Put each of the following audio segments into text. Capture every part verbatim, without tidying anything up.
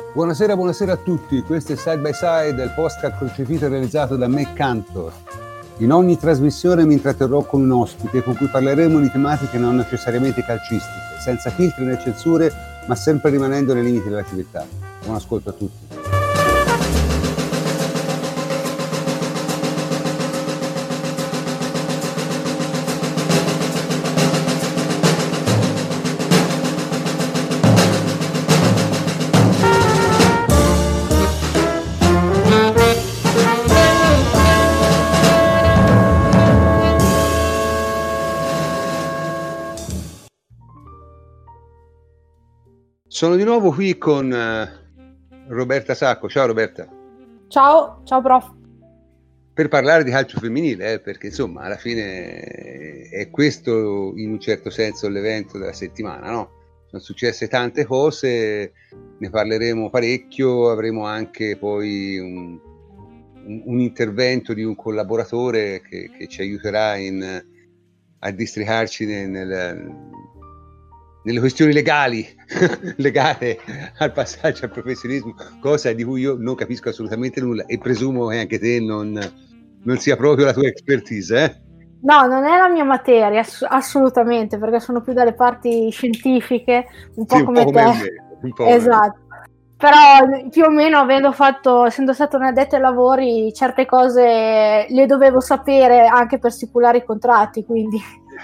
Buonasera, buonasera a tutti, questo è Side by Side, il podcast crocifito realizzato da me, Cantor. In ogni trasmissione mi intratterrò con un ospite con cui parleremo di tematiche non necessariamente calcistiche, senza filtri né censure, ma sempre rimanendo nei limiti della civiltà. Buon ascolto a tutti. Sono di nuovo qui con uh, Roberta Sacco. Ciao Roberta. Ciao, ciao prof. Per parlare di calcio femminile, eh, perché insomma alla fine è questo in un certo senso l'evento della settimana, no? Sono successe tante cose, ne parleremo parecchio, avremo anche poi un, un, un intervento di un collaboratore che, che ci aiuterà in, a districarci nel, nel nelle questioni legali legate al passaggio al professionismo, cosa di cui io non capisco assolutamente nulla e presumo che anche te non, non sia proprio la tua expertise, eh? No, non è la mia materia, ass- assolutamente, perché sono più dalle parti scientifiche, un po' sì, come, un po' come te. me, un po' Esatto. Però più o meno avendo fatto, essendo stato un addetto ai lavori, certe cose le dovevo sapere anche per stipulare i contratti, quindi.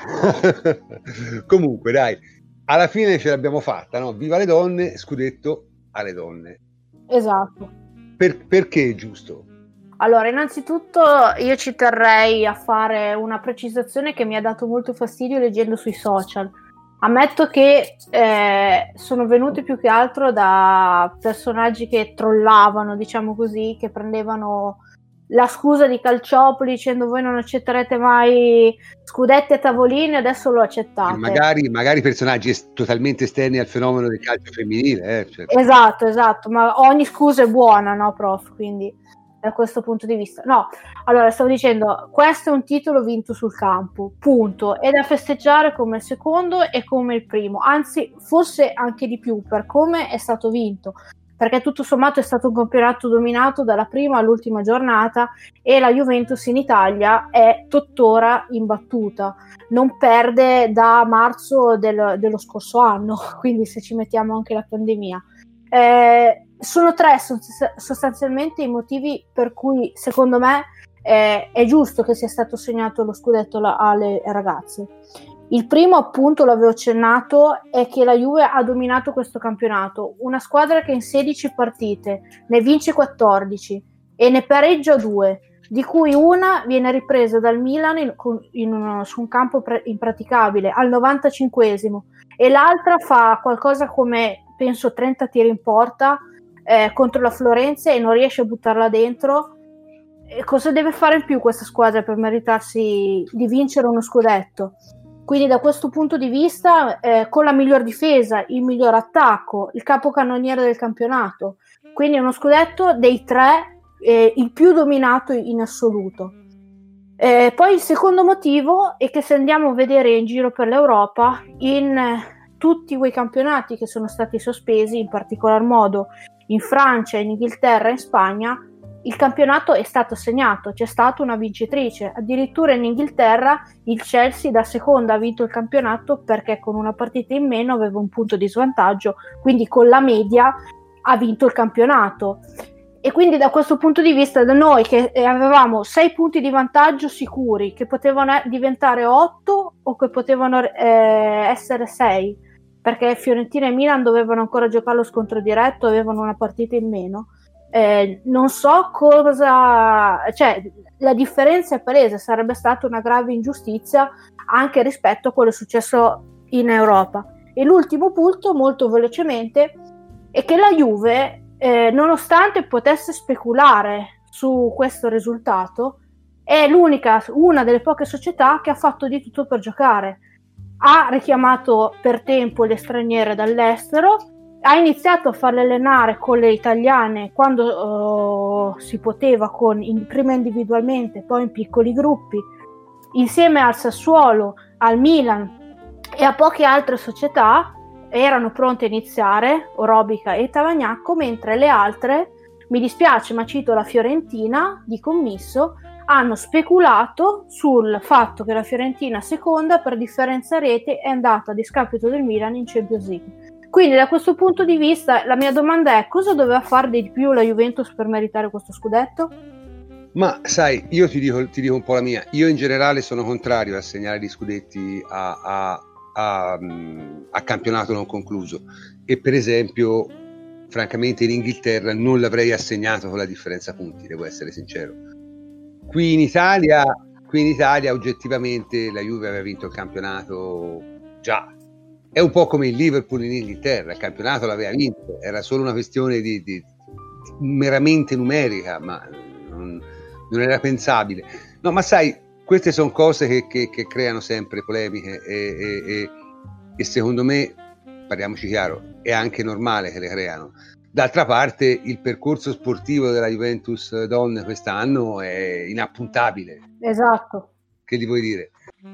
Comunque, dai. Alla fine ce l'abbiamo fatta, no? Viva le donne, scudetto alle donne. Esatto. Per, perché è giusto? Allora, innanzitutto io ci terrei a fare una precisazione che mi ha dato molto fastidio leggendo sui social. Ammetto che eh, sono venuti più che altro da personaggi che trollavano, diciamo così, che prendevano la scusa di Calciopoli dicendo voi non accetterete mai scudetti a tavolini, adesso lo accettate. Magari, magari personaggi est- totalmente esterni al fenomeno del calcio femminile. Eh, cioè. Esatto, esatto, ma ogni scusa è buona, no, prof? Quindi da questo punto di vista. No, allora stavo dicendo, questo è un titolo vinto sul campo, punto. È da festeggiare come il secondo e come il primo, anzi forse anche di più per come è stato vinto. Perché tutto sommato è stato un campionato dominato dalla prima all'ultima giornata e la Juventus in Italia è tuttora imbattuta, non perde da marzo del, dello scorso anno, quindi se ci mettiamo anche la pandemia. Eh, sono tre sostanzialmente i motivi per cui secondo me eh, è giusto che sia stato assegnato lo scudetto la, alle ragazze. Il primo, appunto, l'avevo accennato, è che la Juve ha dominato questo campionato, una squadra che in sedici partite ne vince quattordici e ne pareggia due, di cui una viene ripresa dal Milan in, in uno, su un campo pre- impraticabile al novantacinquesimo e l'altra fa qualcosa come penso trenta tiri in porta eh, contro la Florenza e non riesce a buttarla dentro. E cosa deve fare in più questa squadra per meritarsi di vincere uno scudetto? Quindi da questo punto di vista, eh, con la miglior difesa, il miglior attacco, il capocannoniere del campionato, quindi uno scudetto dei tre, eh, il più dominato in assoluto. Eh, poi il secondo motivo è che se andiamo a vedere in giro per l'Europa, in eh, tutti quei campionati che sono stati sospesi, in particolar modo in Francia, in Inghilterra e in Spagna, il campionato è stato assegnato, c'è stata una vincitrice, addirittura in Inghilterra il Chelsea da seconda ha vinto il campionato perché con una partita in meno aveva un punto di svantaggio, quindi con la media ha vinto il campionato. E quindi da questo punto di vista da noi che avevamo sei punti di vantaggio sicuri, che potevano diventare otto o che potevano eh, essere sei, perché Fiorentina e Milan dovevano ancora giocare lo scontro diretto, avevano una partita in meno. Eh, non so cosa, cioè la differenza è palese, sarebbe stata una grave ingiustizia anche rispetto a quello successo in Europa. E l'ultimo punto, molto velocemente, è che la Juve, eh, nonostante potesse speculare su questo risultato, è l'unica, una delle poche società che ha fatto di tutto per giocare. Ha richiamato per tempo le straniere dall'estero, ha iniziato a farle allenare con le italiane quando uh, si poteva, con in, prima individualmente, poi in piccoli gruppi, insieme al Sassuolo, al Milan e a poche altre società, erano pronte a iniziare, Orobica e Tavagnacco, mentre le altre, mi dispiace ma cito la Fiorentina di commisso, hanno speculato sul fatto che la Fiorentina seconda per differenza rete è andata a discapito del Milan in Champions League. Quindi da questo punto di vista la mia domanda è: cosa doveva fare di più la Juventus per meritare questo scudetto? Ma sai, io ti dico, ti dico un po' la mia. Io in generale sono contrario a assegnare gli scudetti a, a, a, a campionato non concluso, e per esempio francamente in Inghilterra non l'avrei assegnato con la differenza punti, devo essere sincero. Qui in Italia, qui in Italia oggettivamente la Juve aveva vinto il campionato già. È un po' come il Liverpool in Inghilterra, il campionato l'aveva vinto, era solo una questione di, di, di meramente numerica, ma non, non era pensabile. No, ma sai, queste sono cose che, che, che creano sempre polemiche e, e, e, e secondo me, parliamoci chiaro, è anche normale che le creano. D'altra parte il percorso sportivo della Juventus donne quest'anno è inappuntabile. Esatto. Che gli vuoi dire?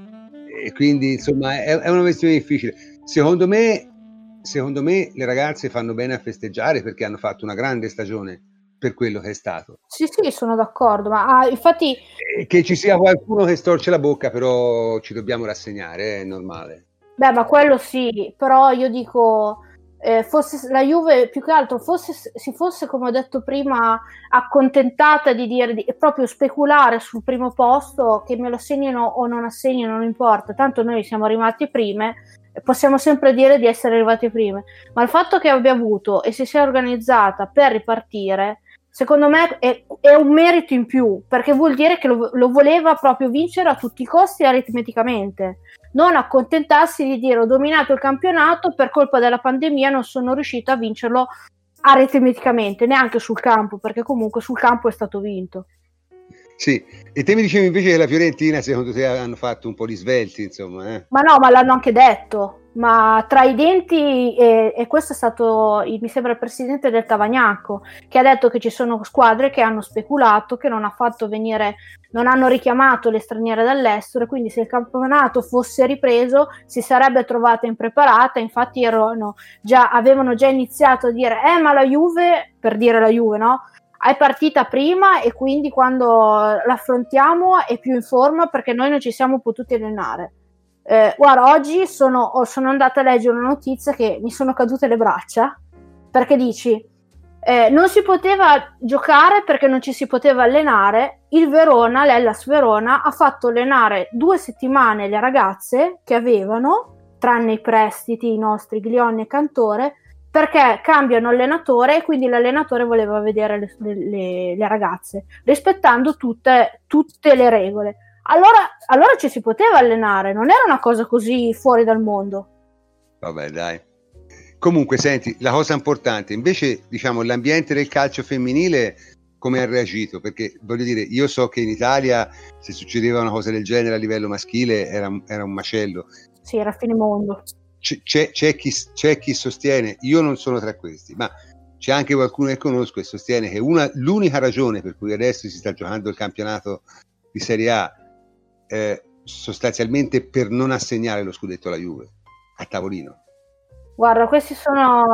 E quindi insomma è, è una questione difficile. Secondo me, secondo me le ragazze fanno bene a festeggiare perché hanno fatto una grande stagione per quello che è stato. Sì, sì, sono d'accordo, ma ah, infatti... E che ci sia qualcuno che storce la bocca, però ci dobbiamo rassegnare, è normale. Beh, ma quello sì, però io dico... Eh, fosse la Juve più che altro fosse, si fosse, come ho detto prima, accontentata di dire di proprio speculare sul primo posto, che me lo assegnino o non assegnino non importa, tanto noi siamo arrivati prime, possiamo sempre dire di essere arrivati prime, ma il fatto che abbia avuto e si sia organizzata per ripartire, secondo me è, è un merito in più, perché vuol dire che lo, lo voleva proprio vincere a tutti i costi aritmeticamente, non accontentarsi di dire ho dominato il campionato, per colpa della pandemia non sono riuscita a vincerlo aritmeticamente, neanche sul campo, perché comunque sul campo è stato vinto. Sì, e te mi dicevi invece che la Fiorentina secondo te hanno fatto un po' di svelti, insomma, eh? Ma no, ma l'hanno anche detto, ma tra i denti, e, e questo è stato, mi sembra, il presidente del Tavagnacco, che ha detto che ci sono squadre che hanno speculato, che non ha fatto venire, non hanno richiamato le straniere dall'estero, quindi se il campionato fosse ripreso si sarebbe trovata impreparata, infatti erano già, avevano già iniziato a dire, eh ma la Juve, per dire la Juve, no? È partita prima e quindi quando l'affrontiamo è più in forma perché noi non ci siamo potuti allenare. Eh, guarda, oggi sono, sono andata a leggere una notizia che mi sono cadute le braccia, perché dici eh, non si poteva giocare perché non ci si poteva allenare. Il Verona, l'Hellas Verona, ha fatto allenare due settimane le ragazze che avevano, tranne i prestiti, i nostri Glionni e Cantore, perché cambiano allenatore e quindi l'allenatore voleva vedere le, le, le ragazze, rispettando tutte, tutte le regole. Allora, allora ci si poteva allenare, non era una cosa così fuori dal mondo. Vabbè, dai. Comunque, senti, la cosa importante, invece, diciamo, l'ambiente del calcio femminile come ha reagito? Perché, voglio dire, io so che in Italia se succedeva una cosa del genere a livello maschile era, era un macello. Sì, era fine mondo. C'è, c'è, chi, c'è chi sostiene, io non sono tra questi, ma c'è anche qualcuno che conosco e sostiene che una, l'unica ragione per cui adesso si sta giocando il campionato di Serie A eh, sostanzialmente per non assegnare lo scudetto alla Juve a tavolino. Guarda, questi sono,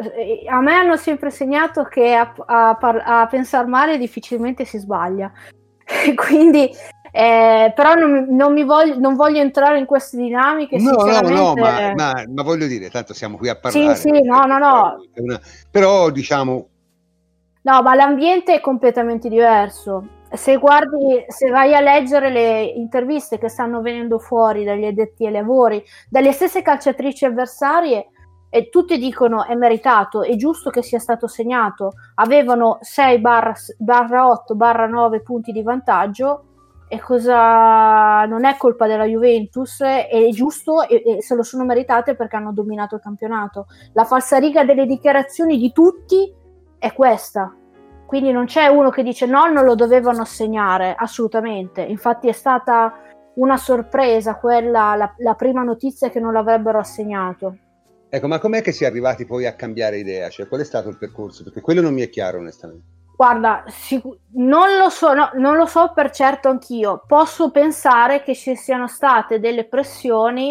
a me hanno sempre insegnato che a, a, a pensare male difficilmente si sbaglia, quindi eh, però non, non mi voglio, non voglio entrare in queste dinamiche. No, sinceramente... no, no, ma, ma, ma voglio dire, tanto siamo qui a parlare. Sì, sì, no, no, no. Una, però diciamo... No, ma l'ambiente è completamente diverso. Se guardi, se vai a leggere le interviste che stanno venendo fuori dagli addetti ai lavori, dalle stesse calciatrici avversarie, e tutti dicono è meritato, è giusto che sia stato segnato, avevano sei barra otto barra nove punti di vantaggio, e cosa non è colpa della Juventus, è giusto e, e se lo sono meritate perché hanno dominato il campionato. La falsariga delle dichiarazioni di tutti è questa, quindi non c'è uno che dice no, non lo dovevano assegnare, assolutamente. Infatti è stata una sorpresa quella, la, la prima notizia che non l'avrebbero assegnato. Ecco, ma com'è che si è arrivati poi a cambiare idea? Cioè, qual è stato il percorso? Perché quello non mi è chiaro, onestamente. Guarda, sic- non lo so, no, non lo so per certo anch'io. Posso pensare che ci siano state delle pressioni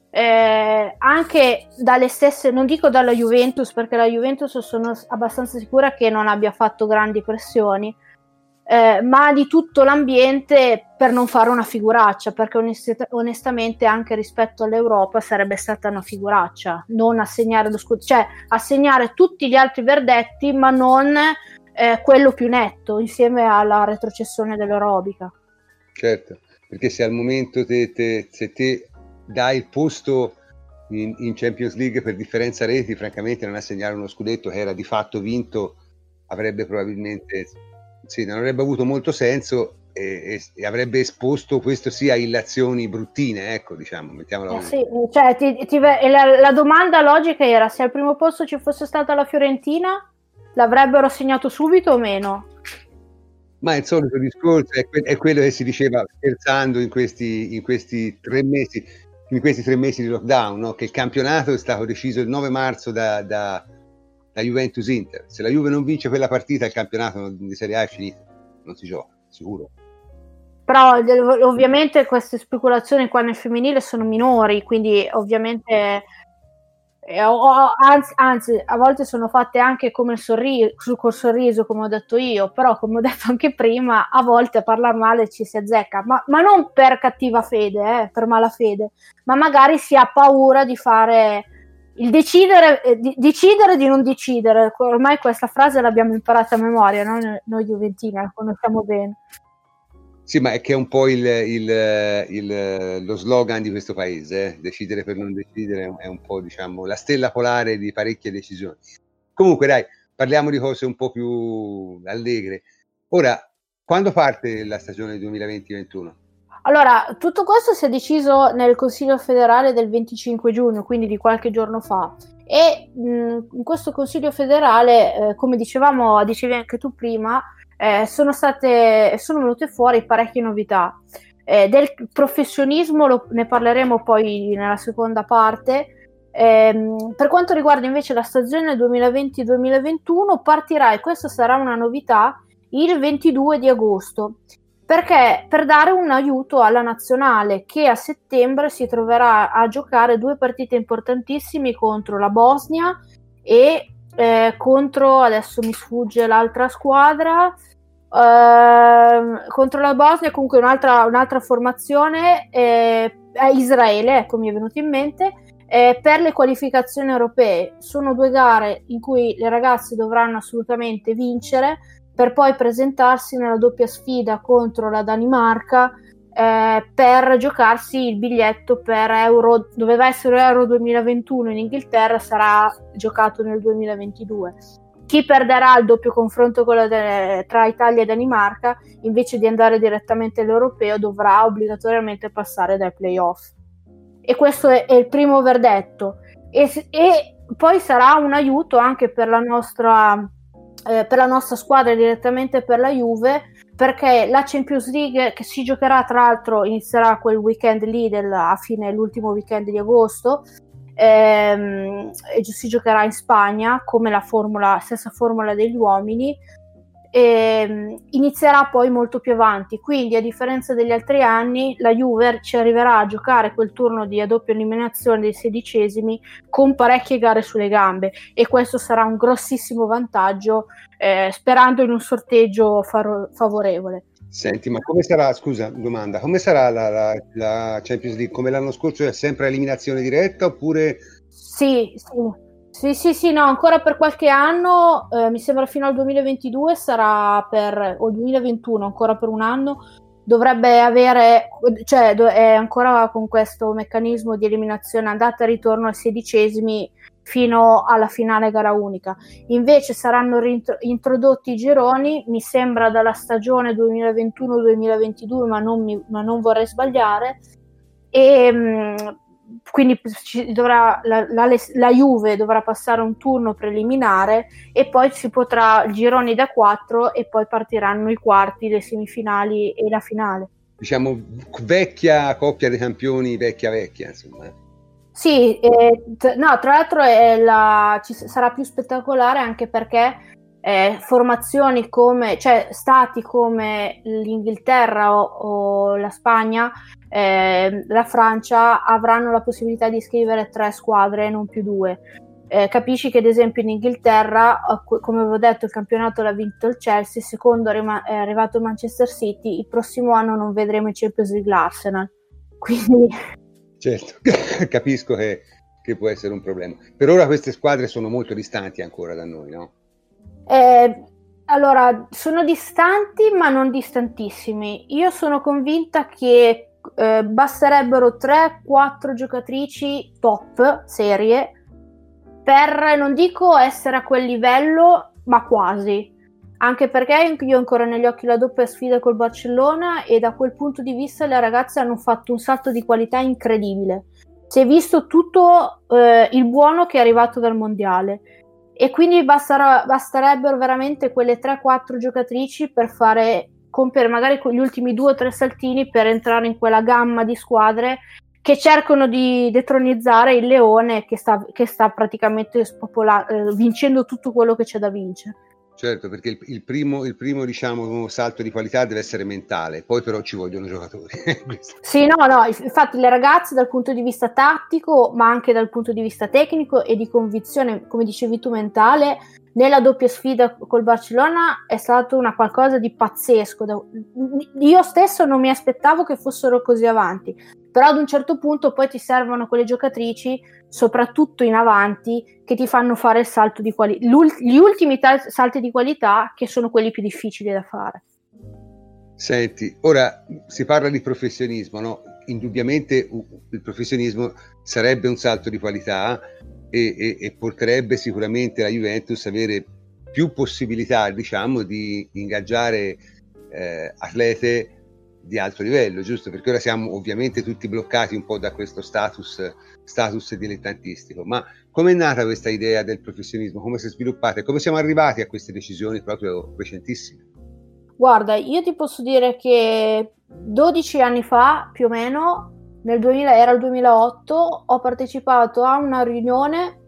eh, anche dalle stesse, non dico dalla Juventus, perché la Juventus sono abbastanza sicura che non abbia fatto grandi pressioni, eh, ma di tutto l'ambiente, per non fare una figuraccia, perché onest- onestamente anche rispetto all'Europa sarebbe stata una figuraccia non assegnare lo scudetto, cioè assegnare tutti gli altri verdetti ma non eh, quello più netto, insieme alla retrocessione dell'aerobica. Certo, perché se al momento te, te, se te dai il posto in, in Champions League per differenza reti, francamente non assegnare uno scudetto che era di fatto vinto avrebbe probabilmente, sì, non avrebbe avuto molto senso e, e, e avrebbe esposto questo sia a illazioni bruttine, ecco, diciamo, mettiamola Eh sì, cioè, ti, ti, la, la domanda logica era: se al primo posto ci fosse stata la Fiorentina, l'avrebbero assegnato subito o meno? Ma il solito discorso è, que- è quello che si diceva scherzando in questi, in questi tre mesi in questi tre mesi di lockdown, no? Che il campionato è stato deciso il nove marzo da, da, da Juventus Inter. Se la Juve non vince quella partita, il campionato di Serie A è finito, non si gioca, sicuro. Però ovviamente queste speculazioni qua nel femminile sono minori, quindi ovviamente eh, anzi, anzi a volte sono fatte anche come il sorriso, col sorriso, come ho detto io, però come ho detto anche prima, a volte a parlare male ci si azzecca, ma, ma non per cattiva fede, eh, per malafede, ma magari si ha paura di fare il decidere, eh, di, decidere di non decidere. Ormai questa frase l'abbiamo imparata a memoria, no? Noi juventini la conosciamo bene. Sì, ma è che è un po' il, il, il, lo slogan di questo paese, eh? Decidere per non decidere è un po', diciamo, la stella polare di parecchie decisioni. Comunque dai, parliamo di cose un po' più allegre. Ora, quando parte la stagione duemilaventi ventuno? Allora, tutto questo si è deciso nel Consiglio federale del venticinque giugno, quindi di qualche giorno fa. E mh, in questo Consiglio federale, eh, come dicevamo, dicevi anche tu prima, eh, sono state, sono venute fuori parecchie novità. Eh, del professionismo lo, ne parleremo poi nella seconda parte. Eh, per quanto riguarda invece la stagione duemilaventi duemilaventuno, partirà, e questa sarà una novità, il ventidue di agosto. Perché per dare un aiuto alla nazionale, che a settembre si troverà a giocare due partite importantissime contro la Bosnia e eh, contro, adesso mi sfugge l'altra squadra, eh, contro la Bosnia, comunque un'altra, un'altra formazione, eh, a Israele, ecco, mi è venuto in mente, eh, per le qualificazioni europee. Sono due gare in cui le ragazze dovranno assolutamente vincere, per poi presentarsi nella doppia sfida contro la Danimarca, eh, per giocarsi il biglietto per Euro. Doveva essere Euro duemilaventuno in Inghilterra, sarà giocato nel duemilaventidue. Chi perderà il doppio confronto con la de- tra Italia e Danimarca, invece di andare direttamente all'Europeo, dovrà obbligatoriamente passare dai playoff. E questo è, è il primo verdetto. E, e poi sarà un aiuto anche per la nostra Eh, per la nostra squadra, direttamente per la Juve, perché la Champions League, che si giocherà tra l'altro, inizierà quel weekend lì del, a fine l'ultimo weekend di agosto, ehm, e si giocherà in Spagna come la formula, stessa formula degli uomini, e inizierà poi molto più avanti. Quindi, a differenza degli altri anni, la Juve ci arriverà a giocare quel turno di a doppia eliminazione dei sedicesimi con parecchie gare sulle gambe, e questo sarà un grossissimo vantaggio, eh, sperando in un sorteggio faro- favorevole. Senti, ma come sarà, scusa, domanda, come sarà la, la, la Champions League? Come l'anno scorso, è sempre eliminazione diretta oppure? Sì, sì. Sì, sì, sì, no, ancora per qualche anno, eh, mi sembra fino al duemilaventidue sarà per, o duemilaventuno, ancora per un anno, dovrebbe avere, cioè è ancora con questo meccanismo di eliminazione andata e ritorno ai sedicesimi fino alla finale gara unica. Invece saranno reintro- introdotti i gironi, mi sembra dalla stagione duemilaventuno duemilaventidue, ma non, mi, ma non vorrei sbagliare, e mh, quindi ci dovrà, la, la, la Juve dovrà passare un turno preliminare e poi si potrà gironi da quattro e poi partiranno i quarti, le semifinali e la finale. Diciamo vecchia coppia dei campioni, vecchia vecchia, insomma. Sì, eh, t- no, tra l'altro è la, ci sarà più spettacolare anche perché eh, formazioni come, cioè stati come l'Inghilterra o, o la Spagna, eh, la Francia avranno la possibilità di iscrivere tre squadre e non più due. Eh, capisci che ad esempio in Inghilterra, come avevo detto, il campionato l'ha vinto il Chelsea, secondo è arrivato il Manchester City, il prossimo anno non vedremo in Champions League l'Arsenal, quindi certo, capisco che, che può essere un problema. Per ora queste squadre sono molto distanti ancora da noi, no? Eh, allora, sono distanti ma non distantissimi. Io sono convinta che eh, basterebbero tre quattro giocatrici top, serie, per, non dico essere a quel livello, ma quasi. Anche perché io ho ancora negli occhi la doppia sfida col Barcellona e da quel punto di vista le ragazze hanno fatto un salto di qualità incredibile. Si è visto tutto eh, il buono che è arrivato dal mondiale. E quindi basterà, basterebbero veramente quelle tre quattro giocatrici per fare compiere magari gli ultimi due o tre saltini per entrare in quella gamma di squadre che cercano di detronizzare il Leone che sta, che sta praticamente spopola- eh, vincendo tutto quello che c'è da vincere. Certo, perché il, il primo, il primo diciamo, salto di qualità deve essere mentale, poi però ci vogliono giocatori. Sì, no, no, infatti le ragazze dal punto di vista tattico, ma anche dal punto di vista tecnico e di convinzione, come dicevi tu, mentale, nella doppia sfida col Barcellona è stato una qualcosa di pazzesco. Io stesso non mi aspettavo che fossero così avanti, però ad un certo punto poi ti servono quelle giocatrici, soprattutto in avanti, che ti fanno fare il salto di qualità, gli ultimi tal- salti di qualità che sono quelli più difficili da fare. Senti, ora si parla di professionismo, no? Indubbiamente il professionismo sarebbe un salto di qualità e, e, e porterebbe sicuramente la Juventus a avere più possibilità, diciamo, di ingaggiare eh, atlete di alto livello, giusto? Perché ora siamo ovviamente tutti bloccati un po' da questo status, status dilettantistico. Ma com'è nata questa idea del professionismo? Come si è sviluppata? Come siamo arrivati a queste decisioni proprio recentissime? Guarda, io ti posso dire che dodici anni fa, più o meno, nel duemila, era il duemilaotto, ho partecipato a una riunione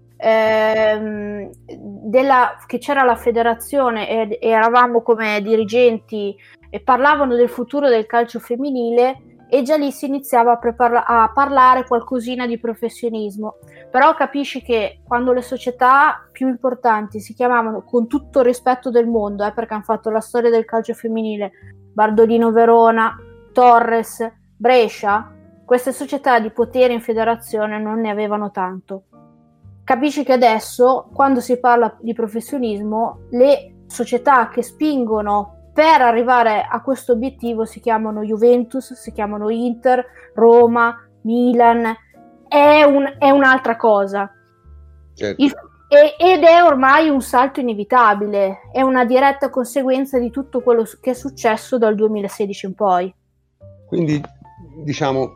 ehm, della, che c'era la federazione e, e eravamo come dirigenti e parlavano del futuro del calcio femminile e già lì si iniziava a, prepar- a parlare qualcosina di professionismo. Però capisci che quando le società più importanti si chiamavano, con tutto il rispetto del mondo, eh, perché hanno fatto la storia del calcio femminile, Bardolino Verona, Torres, Brescia, queste società di potere in federazione non ne avevano tanto. Capisci che adesso, quando si parla di professionismo, le società che spingono per arrivare a questo obiettivo si chiamano Juventus, si chiamano Inter, Roma, Milan, è, un, è un'altra cosa. Certo. Il, ed è ormai un salto inevitabile, è una diretta conseguenza di tutto quello che è successo dal duemilasedici in poi. Quindi, diciamo,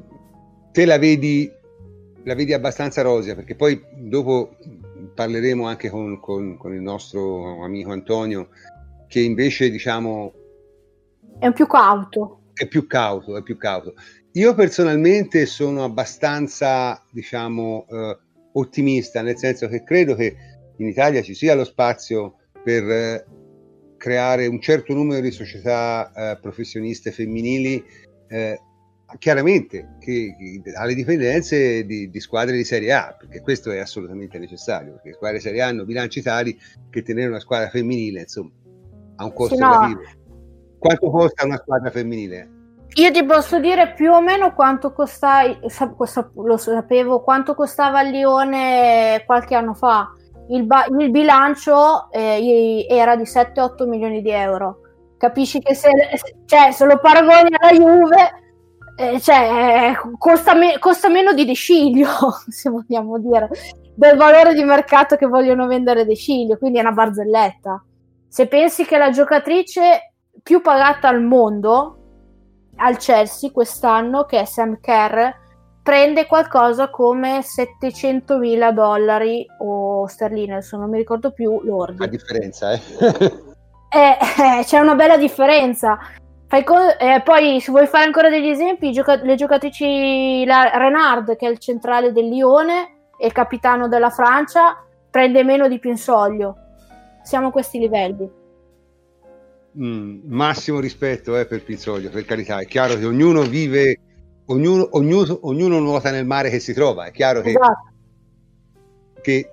te la vedi, la vedi abbastanza rosea, perché poi dopo parleremo anche con, con, con il nostro amico Antonio, che invece, diciamo, è un più cauto. È più cauto, è più cauto. Io personalmente sono abbastanza, diciamo, eh, ottimista, nel senso che credo che in Italia ci sia lo spazio per eh, creare un certo numero di società eh, professioniste femminili, eh, chiaramente che, alle dipendenze di, di squadre di Serie A, perché questo è assolutamente necessario, perché le squadre di Serie A hanno bilanci tali che tenere una squadra femminile, insomma, ha un costo sì, no. relativo. Quanto costa una squadra femminile? Io ti posso dire più o meno quanto costa, lo sapevo, quanto costava il Lione qualche anno fa. Il, ba- il bilancio eh, era di sette otto milioni di euro. Capisci che se, cioè, se lo paragoni alla Juve, eh, cioè, costa, me- costa meno di De Sciglio, se vogliamo dire, del valore di mercato che vogliono vendere De Sciglio, quindi è una barzelletta. Se pensi che la giocatrice più pagata al mondo al Chelsea quest'anno, che è Sam Kerr, prende qualcosa come settecentomila dollari o sterline, adesso non mi ricordo più, lordi. La differenza, eh? eh, eh c'è una bella differenza. Fai co- eh, poi se vuoi fare ancora degli esempi, gioca- le giocatrici, la Renard, che è il centrale del Lione e il capitano della Francia, prende meno di Pinsoglio. siamo a questi livelli. Mm, massimo rispetto eh, per Pinzoglio, per carità. È chiaro che ognuno vive, ognuno, ognuno, ognuno nuota nel mare che si trova. È chiaro che, esatto. che,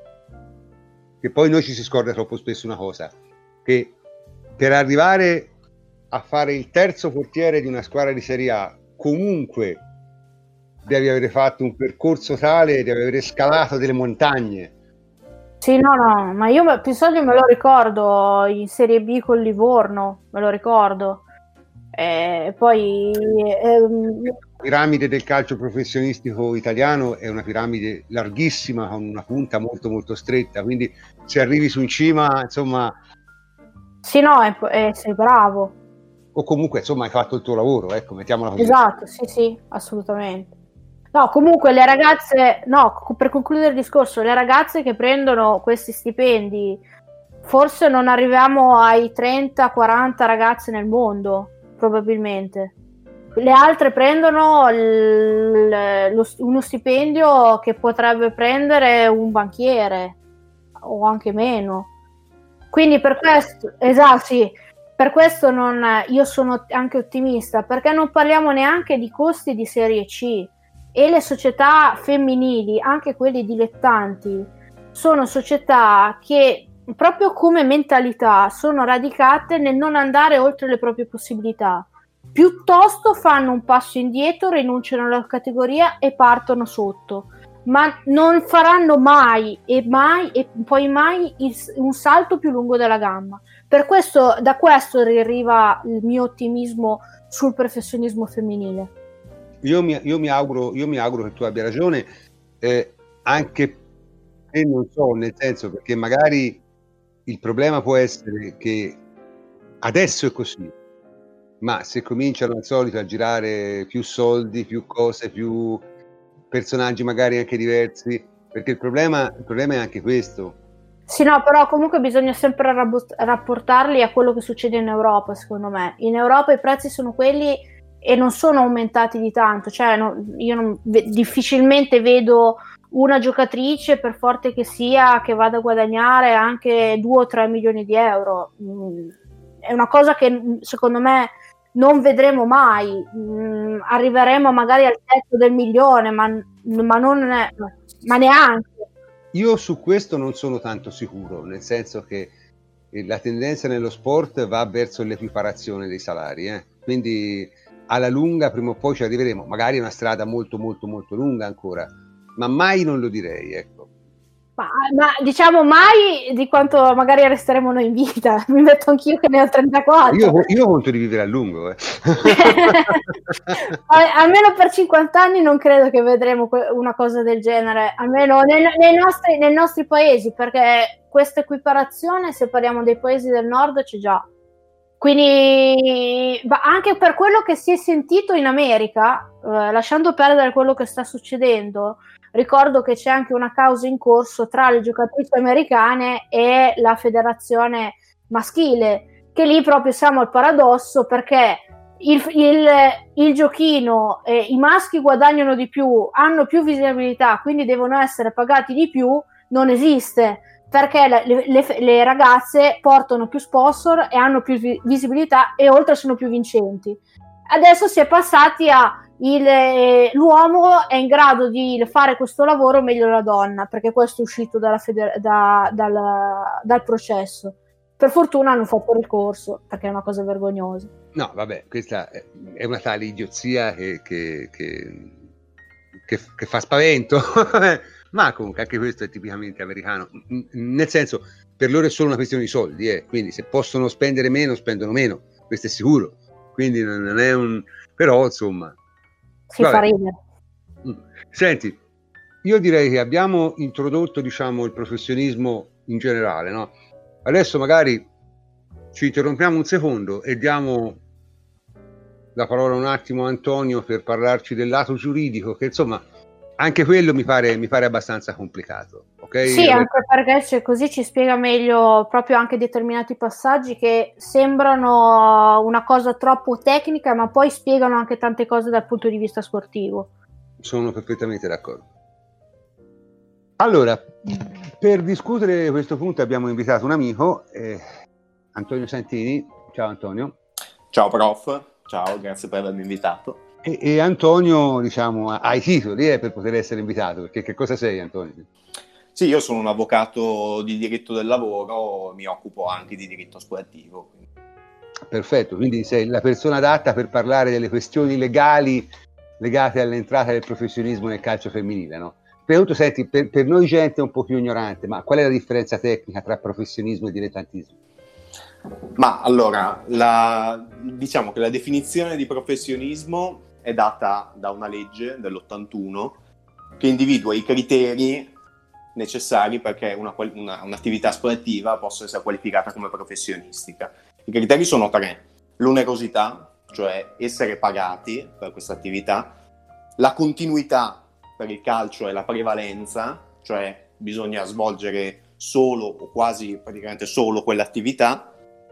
che poi noi ci si scorda troppo spesso una cosa, che per arrivare a fare il terzo portiere di una squadra di Serie A comunque devi avere fatto un percorso tale, devi avere scalato delle montagne. Sì, no, no, ma io Pinzoglio me lo ricordo in Serie B con Livorno, me lo ricordo. E poi ehm... la piramide del calcio professionistico italiano è una piramide larghissima con una punta molto molto stretta, quindi se arrivi su in cima, insomma, sì, no, è, è, sei bravo. O comunque, insomma, hai fatto il tuo lavoro, ecco, mettiamola così. Esatto, sì, sì, assolutamente. No, comunque le ragazze, no, per concludere il discorso, le ragazze che prendono questi stipendi, forse non arriviamo ai trenta quaranta ragazze nel mondo, probabilmente. Le altre prendono l- lo, uno stipendio che potrebbe prendere un banchiere, o anche meno. Quindi per questo, esatto, sì, per questo non, io sono anche ottimista, perché non parliamo neanche di costi di Serie C. E le società femminili, anche quelle dilettanti, sono società che proprio come mentalità sono radicate nel non andare oltre le proprie possibilità. Piuttosto fanno un passo indietro, rinunciano alla categoria e partono sotto. Ma non faranno mai e mai e poi mai il, un salto più lungo della gamma. Per questo, da questo deriva il mio ottimismo sul professionismo femminile. Io mi, io mi auguro, io mi auguro che tu abbia ragione, eh, anche se non so, nel senso, perché magari il problema può essere che adesso è così, ma se cominciano al solito a girare più soldi, più cose, più personaggi magari anche diversi, perché il problema, il problema è anche questo. Sì, no, però comunque bisogna sempre rab- rapportarli a quello che succede in Europa, secondo me. In Europa i prezzi sono quelli e non sono aumentati di tanto, cioè no, io non, v- difficilmente vedo una giocatrice, per forte che sia, che vada a guadagnare anche due o tre milioni di euro. Mm, è una cosa che secondo me non vedremo mai. Mm, arriveremo magari al tetto del milione, ma, ma non è, ma neanche. Io su questo non sono tanto sicuro, nel senso che la tendenza nello sport va verso l'equiparazione dei salari, eh? Quindi alla lunga prima o poi ci arriveremo, magari è una strada molto molto molto lunga ancora, ma mai non lo direi, ecco. Ma, ma diciamo mai di quanto magari resteremo noi in vita. Mi metto anch'io che ne ho trentaquattro. Io, io conto di vivere a lungo, eh. Almeno per cinquanta anni non credo che vedremo una cosa del genere, almeno nei, nei, nostri, nei nostri paesi, perché questa equiparazione, se parliamo dei paesi del nord, c'è già. Quindi anche per quello che si è sentito in America, eh, lasciando perdere quello che sta succedendo, ricordo che c'è anche una causa in corso tra le giocatrici americane e la federazione maschile, che lì proprio siamo al paradosso, perché il, il, il giochino, eh, i maschi guadagnano di più, hanno più visibilità, quindi devono essere pagati di più, non esiste, perché le, le, le ragazze portano più sponsor e hanno più vi- visibilità e oltre sono più vincenti. Adesso si è passati a il, eh, l'uomo è in grado di fare questo lavoro meglio la donna, perché questo è uscito dalla feder- da, dal, dal processo. Per fortuna hanno fatto ricorso, perché è una cosa vergognosa. No, vabbè, questa è una tale idiozia che, che, che, che, che fa spavento. Ma comunque anche questo è tipicamente americano, nel senso, per loro è solo una questione di soldi, eh. Quindi se possono spendere meno, spendono meno, questo è sicuro. Quindi non è un... però insomma... Si vabbè. Fa ridere. Senti, io direi che abbiamo introdotto, diciamo, il professionismo in generale, no? Adesso magari ci interrompiamo un secondo e diamo la parola un attimo a Antonio per parlarci del lato giuridico, che insomma anche quello mi pare, mi pare abbastanza complicato, ok? Sì, anche perché cioè, così ci spiega meglio proprio anche determinati passaggi che sembrano una cosa troppo tecnica, ma poi spiegano anche tante cose dal punto di vista sportivo. Sono perfettamente d'accordo. Allora, Per discutere questo punto abbiamo invitato un amico, eh, Antonio Santini. Ciao Antonio. Ciao prof, ciao, grazie per avermi invitato. E, e Antonio, diciamo, ha i titoli eh, per poter essere invitato, perché che cosa sei, Antonio? Sì, io sono un avvocato di diritto del lavoro, mi occupo anche di diritto sportivo. Perfetto, quindi sei la persona adatta per parlare delle questioni legali legate all'entrata del professionismo nel calcio femminile, no? Prima di tutto, senti, per, per noi gente un po' più ignorante, ma qual è la differenza tecnica tra professionismo e dilettantismo? Ma allora, la, diciamo che la definizione di professionismo è data da una legge dell'ottantuno che individua i criteri necessari perché una, una, un'attività sportiva possa essere qualificata come professionistica. I criteri sono tre: l'onerosità, cioè essere pagati per questa attività, la continuità per il calcio e la prevalenza, cioè bisogna svolgere solo o quasi praticamente solo quell'attività,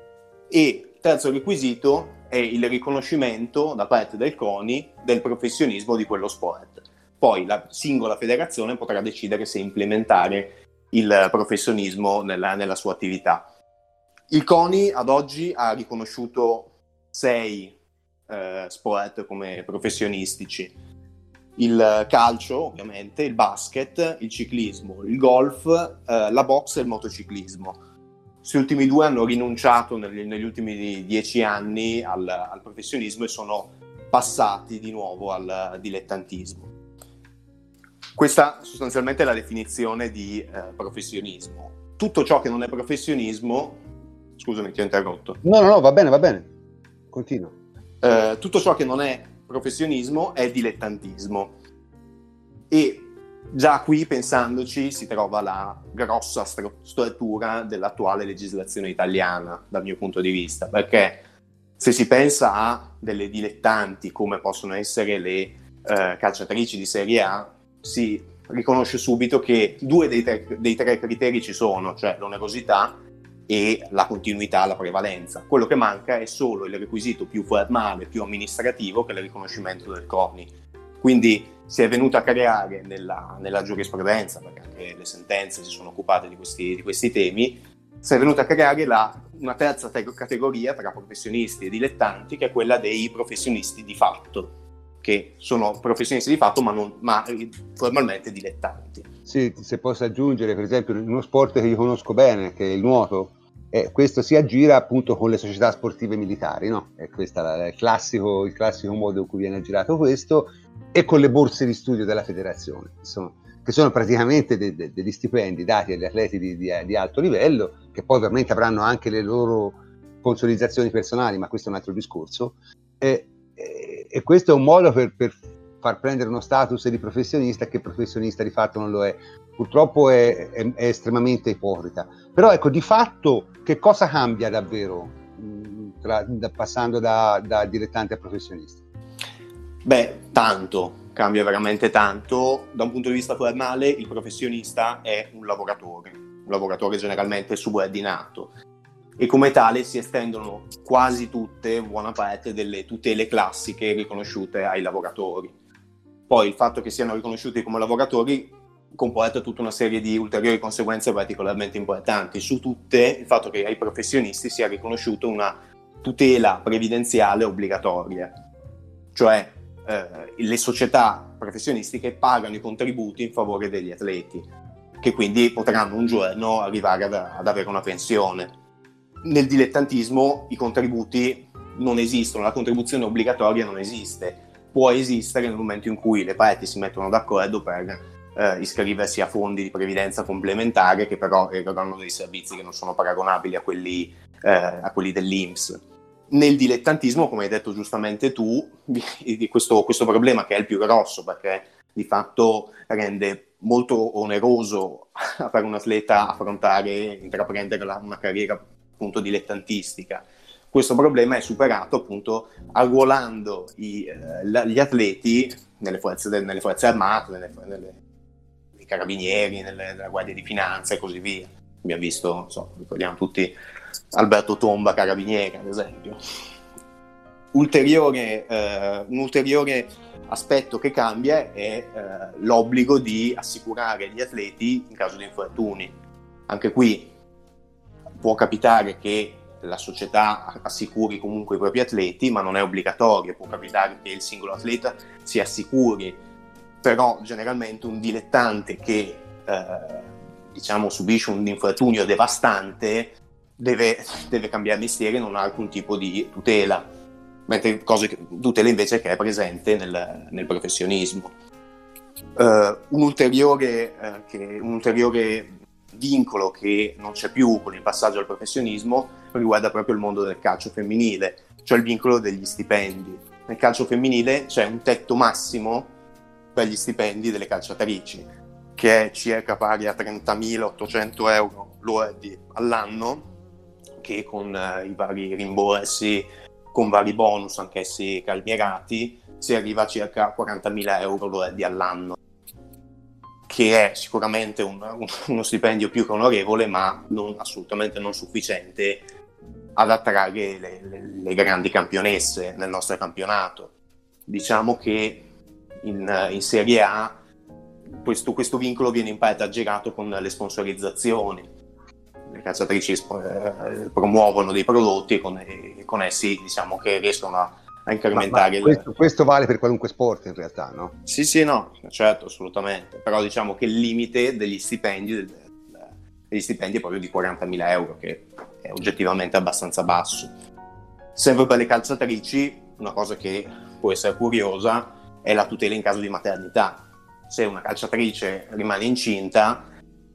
e terzo requisito è il riconoscimento da parte del CONI del professionismo di quello sport. Poi la singola federazione potrà decidere se implementare il professionismo nella, nella sua attività. Il CONI ad oggi ha riconosciuto sei eh, sport come professionistici: il calcio, ovviamente, il basket, il ciclismo, il golf, eh, la boxe e il motociclismo. Questi ultimi due hanno rinunciato negli, negli ultimi dieci anni al, al professionismo e sono passati di nuovo al dilettantismo. Questa sostanzialmente è la definizione di eh, professionismo. Tutto ciò che non è professionismo, scusami, ti ho interrotto. No, no, no, va bene, va bene, continua. Eh, tutto ciò che non è professionismo è dilettantismo, e già qui, pensandoci, si trova la grossa str- stortura dell'attuale legislazione italiana dal mio punto di vista, perché se si pensa a delle dilettanti come possono essere le eh, calciatrici di Serie A, si riconosce subito che due dei tre, dei tre criteri ci sono, cioè l'onerosità e la continuità, la prevalenza. Quello che manca è solo il requisito più formale, più amministrativo, che è il riconoscimento del CONI. Quindi si è venuta a creare nella, nella giurisprudenza, perché anche le sentenze si sono occupate di questi, di questi temi, si è venuta a creare la, una terza te- categoria tra professionisti e dilettanti, che è quella dei professionisti di fatto, che sono professionisti di fatto ma, non, ma formalmente dilettanti. Sì, se posso aggiungere, per esempio, uno sport che io conosco bene, che è il nuoto, eh, questo si aggira appunto con le società sportive militari, no? E questo è il classico, il classico modo in cui viene aggirato questo, e con le borse di studio della federazione, che sono, che sono praticamente de, de, degli stipendi dati agli atleti di, di, di alto livello, che poi ovviamente avranno anche le loro sponsorizzazioni personali, ma questo è un altro discorso. E, e, e questo è un modo per, per far prendere uno status di professionista che professionista di fatto non lo è. Purtroppo è, è, è estremamente ipocrita. Però ecco, di fatto che cosa cambia davvero mh, tra, da, passando da, da dilettante a professionista? Beh, tanto, cambia veramente tanto. Da un punto di vista formale, il professionista è un lavoratore, un lavoratore generalmente subordinato, e come tale si estendono quasi tutte, buona parte delle tutele classiche riconosciute ai lavoratori. Poi il fatto che siano riconosciuti come lavoratori comporta tutta una serie di ulteriori conseguenze particolarmente importanti. Su tutte, il fatto che ai professionisti sia riconosciuta una tutela previdenziale obbligatoria, cioè eh, le società professionistiche pagano i contributi in favore degli atleti, che quindi potranno un giorno arrivare ad, ad avere una pensione. Nel dilettantismo i contributi non esistono, la contribuzione obbligatoria non esiste. Può esistere nel momento in cui le parti si mettono d'accordo per eh, iscriversi a fondi di previdenza complementare, che però erogano dei servizi che non sono paragonabili a quelli, eh, a quelli dell'I N P S. Nel dilettantismo, come hai detto giustamente tu, di questo, questo problema, che è il più grosso, perché di fatto rende molto oneroso per un atleta affrontare, intraprendere una carriera appunto dilettantistica. Questo problema è superato appunto arruolando i, eh, gli atleti nelle forze, del, nelle forze armate, nelle, nelle, nei carabinieri, nelle, nella guardia di finanza e così via. Abbiamo visto, so, ricordiamo tutti Alberto Tomba, carabiniere, ad esempio. ulteriore, eh, un ulteriore aspetto che cambia è eh, l'obbligo di assicurare gli atleti in caso di infortuni. Anche qui può capitare che la società assicuri comunque i propri atleti, ma non è obbligatorio. Può capitare che il singolo atleta si assicuri, però generalmente un dilettante che eh, diciamo subisce un infortunio devastante deve, deve cambiare mestiere e non ha alcun tipo di tutela, mentre cose che, tutela invece che è presente nel, nel professionismo. Uh, un ulteriore, uh, che, un ulteriore vincolo che non c'è più con il passaggio al professionismo riguarda proprio il mondo del calcio femminile, cioè il vincolo degli stipendi. Nel calcio femminile c'è un tetto massimo per gli stipendi delle calciatrici, che è circa pari a trentamilaottocento euro lordi all'anno, che con uh, i vari rimborsi, con vari bonus anch'essi calmierati, si arriva a circa quarantamila euro lordi all'anno, che è sicuramente un, un, uno stipendio più che onorevole, ma non, assolutamente non sufficiente ad attrarre le, le, le grandi campionesse nel nostro campionato. Diciamo che in, in Serie A questo, questo vincolo viene in parte aggirato con le sponsorizzazioni. Le calciatrici eh, promuovono dei prodotti e con, e con essi diciamo che riescono a, a incrementare. Ma, ma questo, questo vale per qualunque sport in realtà, no? Sì, sì, no, certo, assolutamente. Però diciamo che il limite degli stipendi, degli stipendi è proprio di quarantamila euro, che è oggettivamente abbastanza basso. Sempre per le calciatrici, una cosa che può essere curiosa è la tutela in caso di maternità. Se una calciatrice rimane incinta,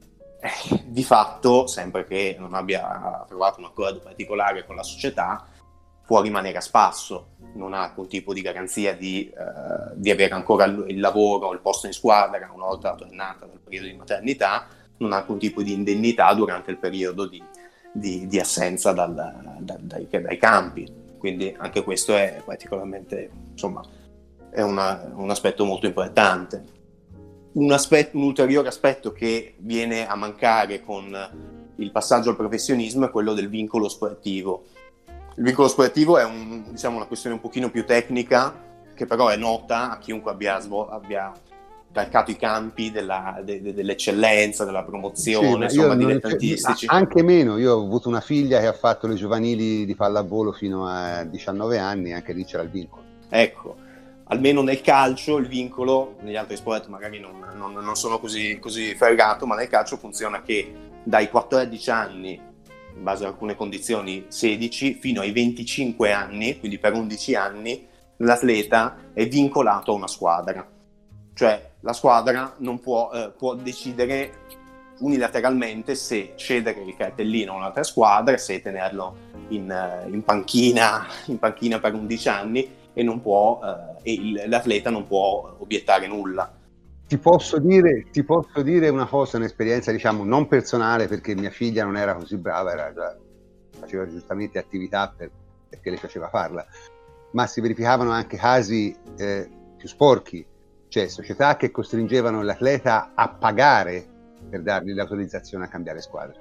Eh, di fatto, sempre che non abbia trovato un accordo particolare con la società, può rimanere a spasso, non ha alcun tipo di garanzia di, eh, di avere ancora il, il lavoro, il posto in squadra una volta tornata dal periodo di maternità, non ha alcun tipo di indennità durante il periodo di, di, di assenza dal, da, dai, dai campi. Quindi anche questo è particolarmente, insomma, è una, un aspetto molto importante. Un, aspetto, un ulteriore aspetto che viene a mancare con il passaggio al professionismo è quello del vincolo sportivo. Il vincolo sportivo è un, diciamo, una questione un pochino più tecnica, che però è nota a chiunque abbia, abbia calcato i campi della, de, de, dell'eccellenza, della promozione, sì, insomma, dilettantistici. Anche meno, io ho avuto una figlia che ha fatto le giovanili di pallavolo fino a diciannove anni, anche lì c'era il vincolo. Ecco. Almeno nel calcio il vincolo, negli altri sport magari non, non, non sono così, così fregato, ma nel calcio funziona che dai quattordici anni, in base a alcune condizioni sedici, fino ai venticinque anni, quindi per undici anni, l'atleta è vincolato a una squadra. Cioè la squadra non può, eh, può decidere unilateralmente se cedere il cartellino a un'altra squadra, se tenerlo in, in, panchina, in panchina per undici anni, e non può eh, e il, l'atleta non può obiettare nulla. Ti posso dire, ti posso dire una cosa, un'esperienza diciamo non personale, perché mia figlia non era così brava, era già, faceva giustamente attività per, perché le faceva farla, ma si verificavano anche casi eh, più sporchi, cioè società che costringevano l'atleta a pagare per dargli l'autorizzazione a cambiare squadra.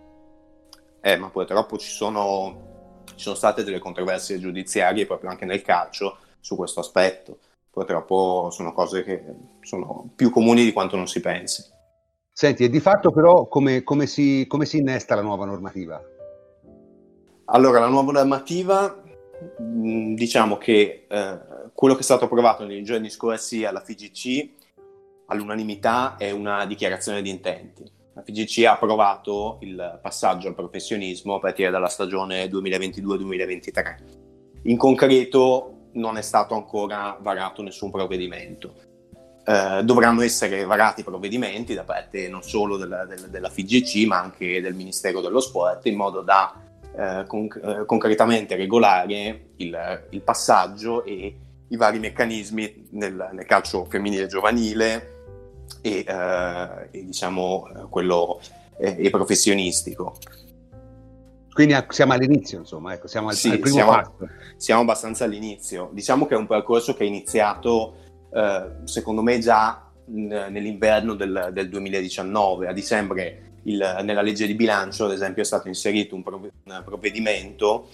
Eh, ma purtroppo ci sono Ci sono state delle controversie giudiziarie proprio anche nel calcio su questo aspetto. Purtroppo sono cose che sono più comuni di quanto non si pensi. Senti, e di fatto però come, come, si, come si innesta la nuova normativa? Allora, la nuova normativa, diciamo che eh, quello che è stato approvato nei giorni scorsi alla F I G C all'unanimità è una dichiarazione di intenti. La F I G C ha approvato il passaggio al professionismo a partire dalla stagione duemilaventidue duemilaventitré. In concreto non è stato ancora varato nessun provvedimento. Eh, dovranno essere varati provvedimenti da parte non solo della, della, della F I G C ma anche del Ministero dello Sport, in modo da eh, conc- eh, concretamente regolare il, il passaggio e i vari meccanismi nel, nel calcio femminile giovanile e, eh, e diciamo quello eh, e professionistico. Quindi siamo all'inizio, insomma, ecco, siamo al, sì, al primo siamo, passo. Siamo abbastanza all'inizio. Diciamo che è un percorso che è iniziato, eh, secondo me, già n- nell'inverno del, del duemiladiciannove. A dicembre, il, nella legge di bilancio, ad esempio, è stato inserito un, prov- un provvedimento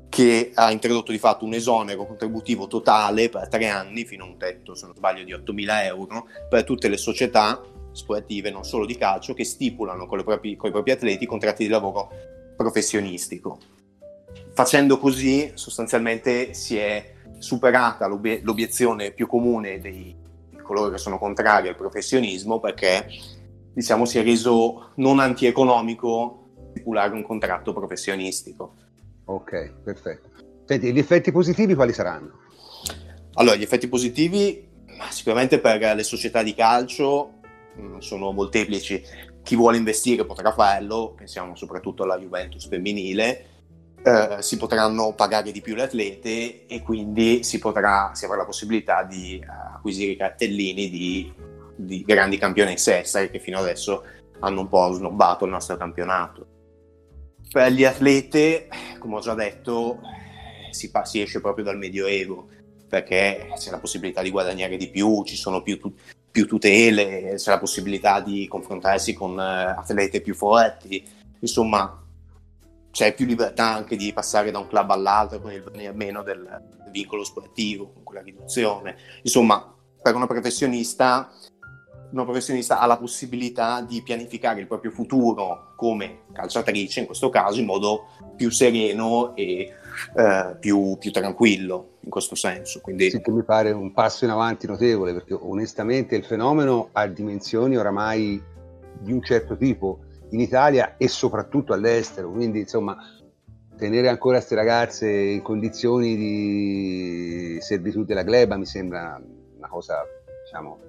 che ha introdotto di fatto un esonero contributivo totale per tre anni, fino a un tetto, se non sbaglio, di ottomila euro, per tutte le società sportive, non solo di calcio, che stipulano con, le propri, con i propri atleti contratti di lavoro professionistico. Facendo così, sostanzialmente, si è superata l'obie- l'obiezione più comune dei, di coloro che sono contrari al professionismo, perché, diciamo, si è reso non antieconomico stipulare un contratto professionistico. Ok, perfetto. Senti, gli effetti positivi quali saranno? Allora, gli effetti positivi sicuramente per le società di calcio mh, sono molteplici. Chi vuole investire potrà farlo, pensiamo soprattutto alla Juventus femminile, eh, si potranno pagare di più le atlete e quindi si, potrà, si avrà la possibilità di uh, acquisire i cartellini di, di grandi campionesse estere che fino adesso hanno un po' snobbato il nostro campionato. Per gli atlete, come ho già detto, si, pa- si esce proprio dal Medioevo, perché c'è la possibilità di guadagnare di più, ci sono più, tu- più tutele, c'è la possibilità di confrontarsi con uh, atlete più forti, insomma c'è più libertà anche di passare da un club all'altro con il venire meno del, del vincolo sportivo, con quella riduzione. Insomma, per una professionista una professionista ha la possibilità di pianificare il proprio futuro come calciatrice, in questo caso, in modo più sereno e eh, più, più tranquillo, in questo senso. Quindi... Sì, che mi pare un passo in avanti notevole, perché onestamente il fenomeno ha dimensioni oramai di un certo tipo in Italia e soprattutto all'estero, quindi insomma tenere ancora queste ragazze in condizioni di servitù della gleba mi sembra una cosa, diciamo,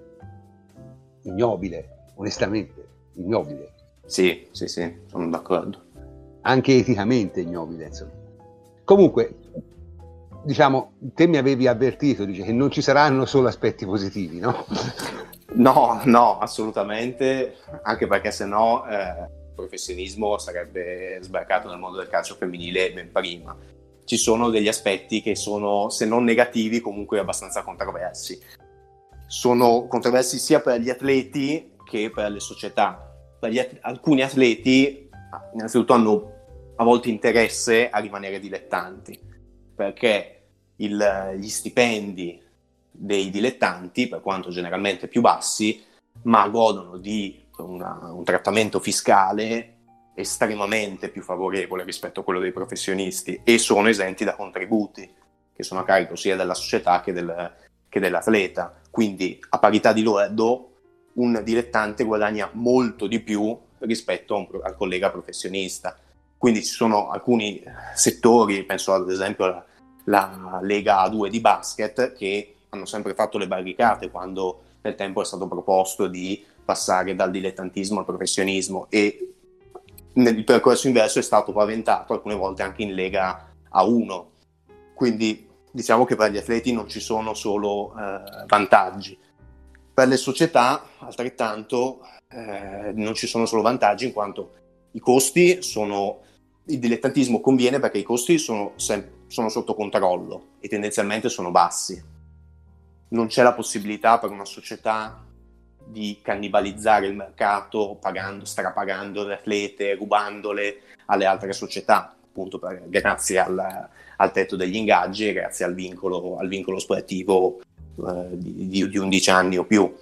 ignobile, onestamente, ignobile. Sì, sì, sì, sono d'accordo. Anche eticamente ignobile, insomma. Comunque, diciamo, te mi avevi avvertito, dice, che non ci saranno solo aspetti positivi, no? No, no, assolutamente, anche perché sennò eh, il professionismo sarebbe sbarcato nel mondo del calcio femminile ben prima. Ci sono degli aspetti che sono, se non negativi, comunque abbastanza controversi. Sono controversi sia per gli atleti che per le società. Per gli at- alcuni atleti, innanzitutto, hanno a volte interesse a rimanere dilettanti, perché il, gli stipendi dei dilettanti, per quanto generalmente più bassi, ma godono di una, un trattamento fiscale estremamente più favorevole rispetto a quello dei professionisti e sono esenti da contributi che sono a carico sia della società che, del, che dell'atleta. Quindi a parità di lordo un dilettante guadagna molto di più rispetto a un, al collega professionista. Quindi ci sono alcuni settori, penso ad esempio alla, la Lega A due di basket, che hanno sempre fatto le barricate quando nel tempo è stato proposto di passare dal dilettantismo al professionismo, e nel percorso inverso è stato paventato alcune volte anche in Lega A uno. Quindi diciamo che per gli atleti non ci sono solo eh, vantaggi. Per le società altrettanto eh, non ci sono solo vantaggi, in quanto i costi sono... Il dilettantismo conviene perché i costi sono, sem- sono sotto controllo e tendenzialmente sono bassi. Non c'è la possibilità per una società di cannibalizzare il mercato pagando, strapagando le atlete, rubandole alle altre società, appunto per, grazie al, al tetto degli ingaggi e grazie al vincolo, al vincolo sportivo eh, di, di, di undici anni o più.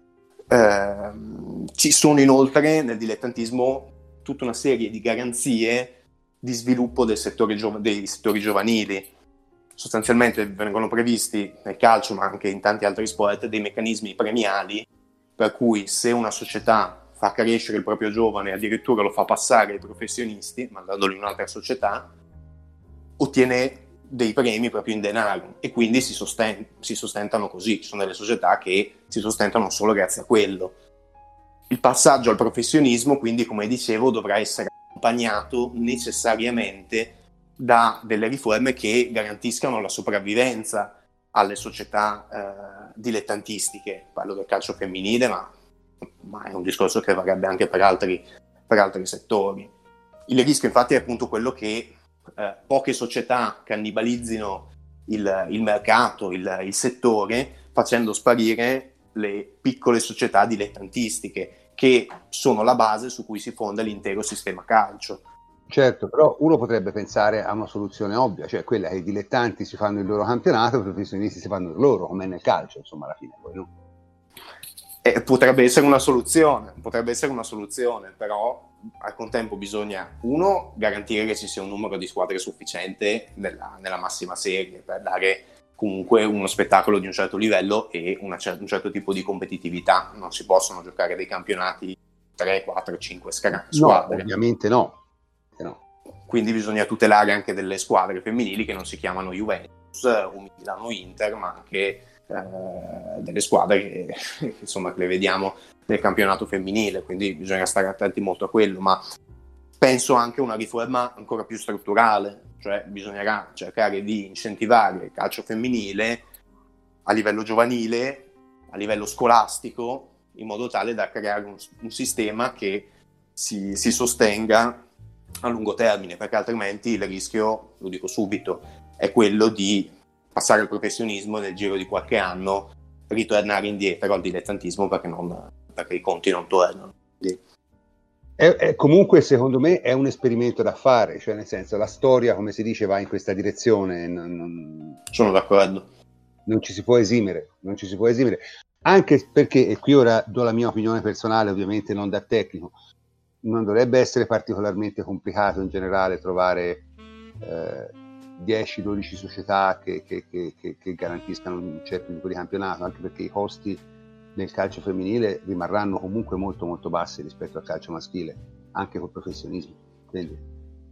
Eh, ci sono inoltre nel dilettantismo tutta una serie di garanzie di sviluppo del settore gio- dei settori giovanili. Sostanzialmente vengono previsti nel calcio, ma anche in tanti altri sport, dei meccanismi premiali per cui se una società fa crescere il proprio giovane, addirittura lo fa passare ai professionisti, mandandolo in un'altra società, ottiene dei premi proprio in denaro e quindi si, sosten- si sostentano così. Ci sono delle società che si sostentano solo grazie a quello. Il passaggio al professionismo, quindi, come dicevo, dovrà essere accompagnato necessariamente da delle riforme che garantiscano la sopravvivenza alle società eh, dilettantistiche. Parlo del calcio femminile, ma, ma è un discorso che varrebbe anche per altri, per altri settori. Il rischio infatti è appunto quello che eh, poche società cannibalizzino il, il mercato, il, il settore, facendo sparire le piccole società dilettantistiche, che sono la base su cui si fonda l'intero sistema calcio. Certo, però uno potrebbe pensare a una soluzione ovvia, cioè quella che i dilettanti si fanno il loro campionato, i professionisti si fanno il loro, come nel calcio, insomma, alla fine poi, no? Eh, potrebbe essere una soluzione, potrebbe essere una soluzione, però al contempo bisogna, uno, garantire che ci sia un numero di squadre sufficiente nella, nella massima serie per dare comunque uno spettacolo di un certo livello e una cer- un certo tipo di competitività. Non si possono giocare dei campionati tre, quattro, cinque sca- squadre. No, ovviamente no. no. Quindi bisogna tutelare anche delle squadre femminili che non si chiamano Juventus o Milano Inter, ma anche eh, delle squadre che, che, insomma, che le vediamo nel campionato femminile, quindi bisogna stare attenti molto a quello, ma penso anche a una riforma ancora più strutturale, cioè bisognerà cercare di incentivare il calcio femminile a livello giovanile, a livello scolastico, in modo tale da creare un, un sistema che si, si sostenga a lungo termine, perché altrimenti il rischio, lo dico subito, è quello di passare al professionismo nel giro di qualche anno, ritornare indietro al dilettantismo perché, non, perché i conti non tornano. È, è, comunque secondo me è un esperimento da fare, cioè nel senso la storia, come si dice, va in questa direzione. Non, non, Sono d'accordo. Non ci si può esimere, non ci si può esimere, anche perché, e qui ora do la mia opinione personale, ovviamente non da tecnico, non dovrebbe essere particolarmente complicato in generale trovare eh, dieci dodici società che, che, che, che, che garantiscano un certo tipo di campionato, anche perché i costi nel calcio femminile rimarranno comunque molto molto bassi rispetto al calcio maschile, anche col professionismo. Quindi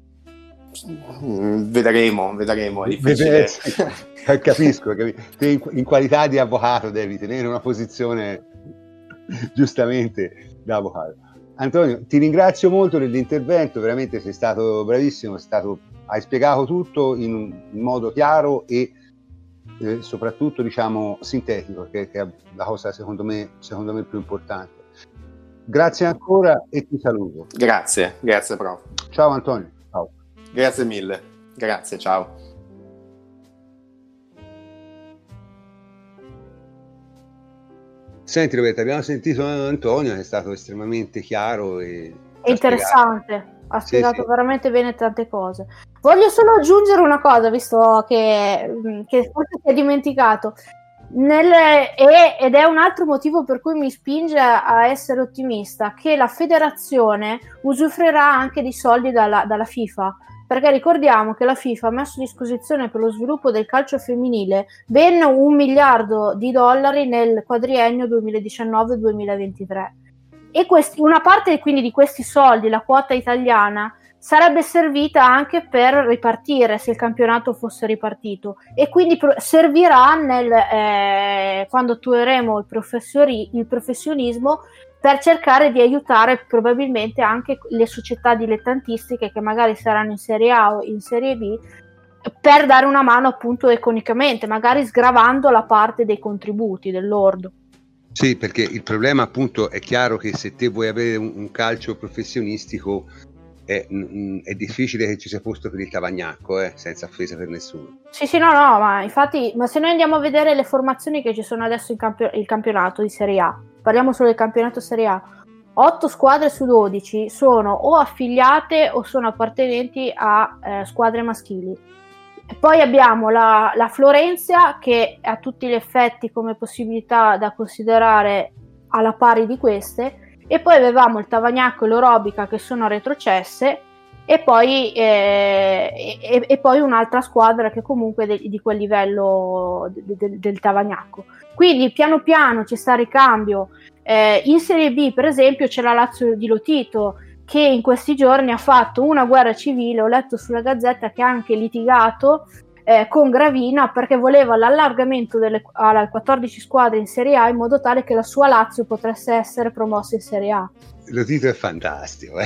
vedremo, vedremo, è difficile. Capisco, capisco. Te in qualità di avvocato devi tenere una posizione giustamente da avvocato. Antonio, ti ringrazio molto dell'intervento, veramente sei stato bravissimo, sei stato, hai spiegato tutto in un in modo chiaro e eh, soprattutto diciamo sintetico, che, che è la cosa secondo me, secondo me più importante. Grazie ancora e ti saluto. Grazie, grazie prof. Ciao Antonio. Ciao. Grazie mille, grazie, ciao. Senti Roberta, abbiamo sentito Antonio che è stato estremamente chiaro e è interessante, spiegato. ha spiegato sì, sì. veramente bene tante cose. Voglio solo aggiungere una cosa, visto che, che forse si è dimenticato. Nel, e, ed è un altro motivo per cui mi spinge a essere ottimista, che la federazione usufruirà anche di soldi dalla, dalla FIFA, perché ricordiamo che la FIFA ha messo a disposizione per lo sviluppo del calcio femminile ben un miliardo di dollari nel quadriennio duemiladiciannove duemilaventitré e questi, una parte quindi di questi soldi, la quota italiana, sarebbe servita anche per ripartire se il campionato fosse ripartito e quindi pro- servirà nel, eh, quando attueremo il, professioni- il professionismo per cercare di aiutare probabilmente anche le società dilettantistiche che magari saranno in Serie A o in Serie B per dare una mano appunto economicamente, magari sgravando la parte dei contributi del lordo. Sì, perché il problema appunto è chiaro che se te vuoi avere un, un calcio professionistico È, è difficile che ci sia posto per il Tavagnacco, eh, senza offesa per nessuno. Sì, sì, no, no, ma infatti, ma se noi andiamo a vedere le formazioni che ci sono adesso in campio- il campionato di Serie A, parliamo solo del campionato Serie A, otto squadre su dodici sono o affiliate o sono appartenenti a eh, squadre maschili. E poi abbiamo la, la Florenza che a tutti gli effetti come possibilità da considerare alla pari di queste, e poi avevamo il Tavagnacco e l'Orobica che sono retrocesse e poi, eh, e, e poi un'altra squadra che comunque de, di quel livello de, de, del Tavagnacco. Quindi piano piano ci sta ricambio. Eh, in Serie B per esempio c'è la Lazio di Lotito che in questi giorni ha fatto una guerra civile, ho letto sulla Gazzetta che ha anche litigato Eh, con Gravina perché voleva l'allargamento delle alle quattordici squadre in Serie A in modo tale che la sua Lazio potesse essere promossa in Serie A. Lo titolo è fantastico, eh.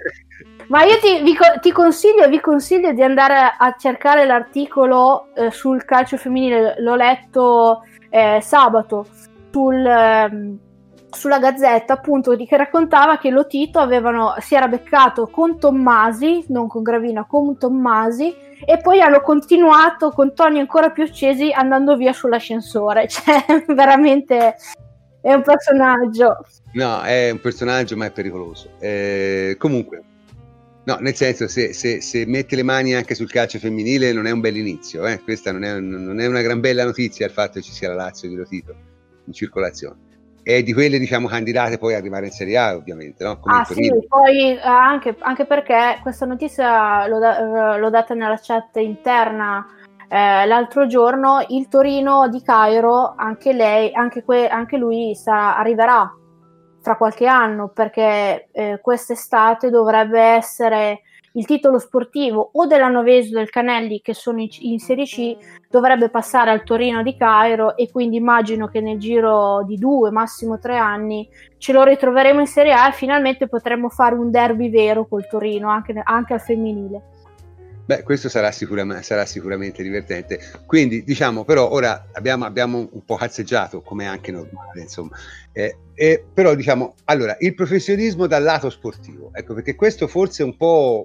Ma io ti, vi, ti consiglio vi consiglio di andare a cercare l'articolo eh, sul calcio femminile, l'ho letto eh, sabato sul, eh, sulla Gazzetta, appunto, di che raccontava che Lotito avevano, si era beccato con Tommasi, non con Gravina, con Tommasi, e poi hanno continuato con toni ancora più accesi andando via sull'ascensore. Cioè veramente è un personaggio. No, è un personaggio ma è pericoloso. Eh, comunque No, nel senso, se, se, se mette le mani anche sul calcio femminile non è un bell'inizio, eh? Questa non è, non è una gran bella notizia il fatto che ci sia la Lazio di Lotito in circolazione. È di quelle, diciamo, candidate poi a arrivare in Serie A, ovviamente, no? Come ah sì, poi anche, anche perché questa notizia l'ho, da, l'ho data nella chat interna eh, l'altro giorno. Il Torino di Cairo, anche lei, anche, que, anche lui sarà, arriverà fra qualche anno, perché eh, quest'estate dovrebbe essere il titolo sportivo o della Noveso del Canelli, che sono in, in Serie C, dovrebbe passare al Torino di Cairo, e quindi immagino che nel giro di due, massimo tre anni ce lo ritroveremo in Serie A e finalmente potremo fare un derby vero col Torino, anche, anche al femminile. Beh, questo sarà sicuramente, sarà sicuramente divertente. Quindi, diciamo, però ora abbiamo, abbiamo un po' cazzeggiato, come è anche normale, insomma. Eh, eh, però, diciamo, allora, il professionismo dal lato sportivo, ecco, perché questo forse un po'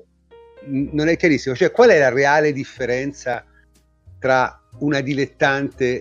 non è chiarissimo. Cioè, qual è la reale differenza tra una dilettante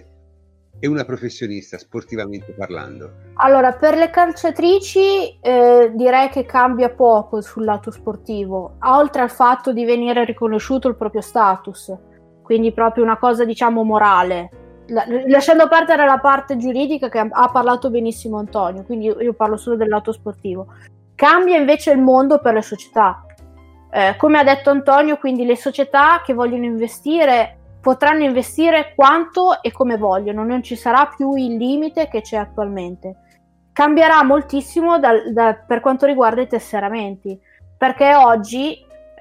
e una professionista, sportivamente parlando? Allora, per le calciatrici eh, direi che cambia poco sul lato sportivo, oltre al fatto di venire riconosciuto il proprio status, quindi proprio una cosa, diciamo, morale, La, lasciando perdere la parte giuridica che ha parlato benissimo Antonio, quindi io, io parlo solo del lato sportivo. Cambia invece il mondo per le società, eh, come ha detto Antonio, quindi le società che vogliono investire potranno investire quanto e come vogliono, non ci sarà più il limite che c'è attualmente. Cambierà moltissimo dal, da, per quanto riguarda i tesseramenti, perché oggi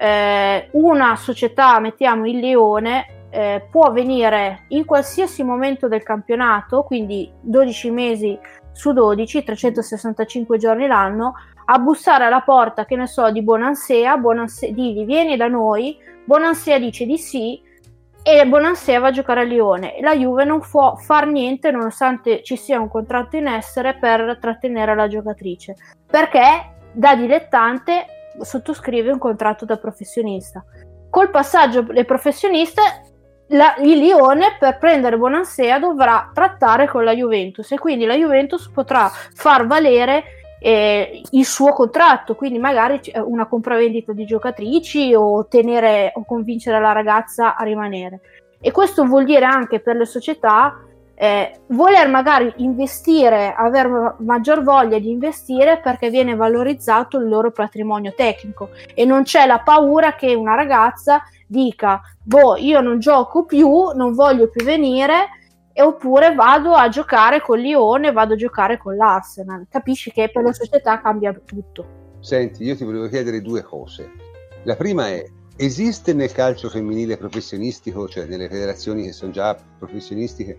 eh, una società, mettiamo il Lione, eh, può venire in qualsiasi momento del campionato, quindi dodici mesi su dodici, trecentosessantacinque giorni l'anno, a bussare alla porta, che ne so, di Bonansea, Bonansea digli vieni da noi, Bonansea dice di sì, e Bonansea va a giocare a Lione. La Juve non può far niente nonostante ci sia un contratto in essere per trattenere la giocatrice, perché da dilettante sottoscrive un contratto da professionista. Col passaggio alle professioniste, la, il Lione per prendere Bonansea dovrà trattare con la Juventus, e quindi la Juventus potrà far valere eh, il suo contratto, quindi magari una compravendita di giocatrici o tenere o convincere la ragazza a rimanere. E questo vuol dire anche per le società eh, voler magari investire, avere maggior voglia di investire, perché viene valorizzato il loro patrimonio tecnico e non c'è la paura che una ragazza dica boh, io non gioco più, non voglio più venire, e oppure vado a giocare con Lione, vado a giocare con l'Arsenal. Capisci che per la società cambia tutto. Senti, io ti volevo chiedere due cose. La prima è: esiste nel calcio femminile professionistico, cioè nelle federazioni che sono già professionistiche,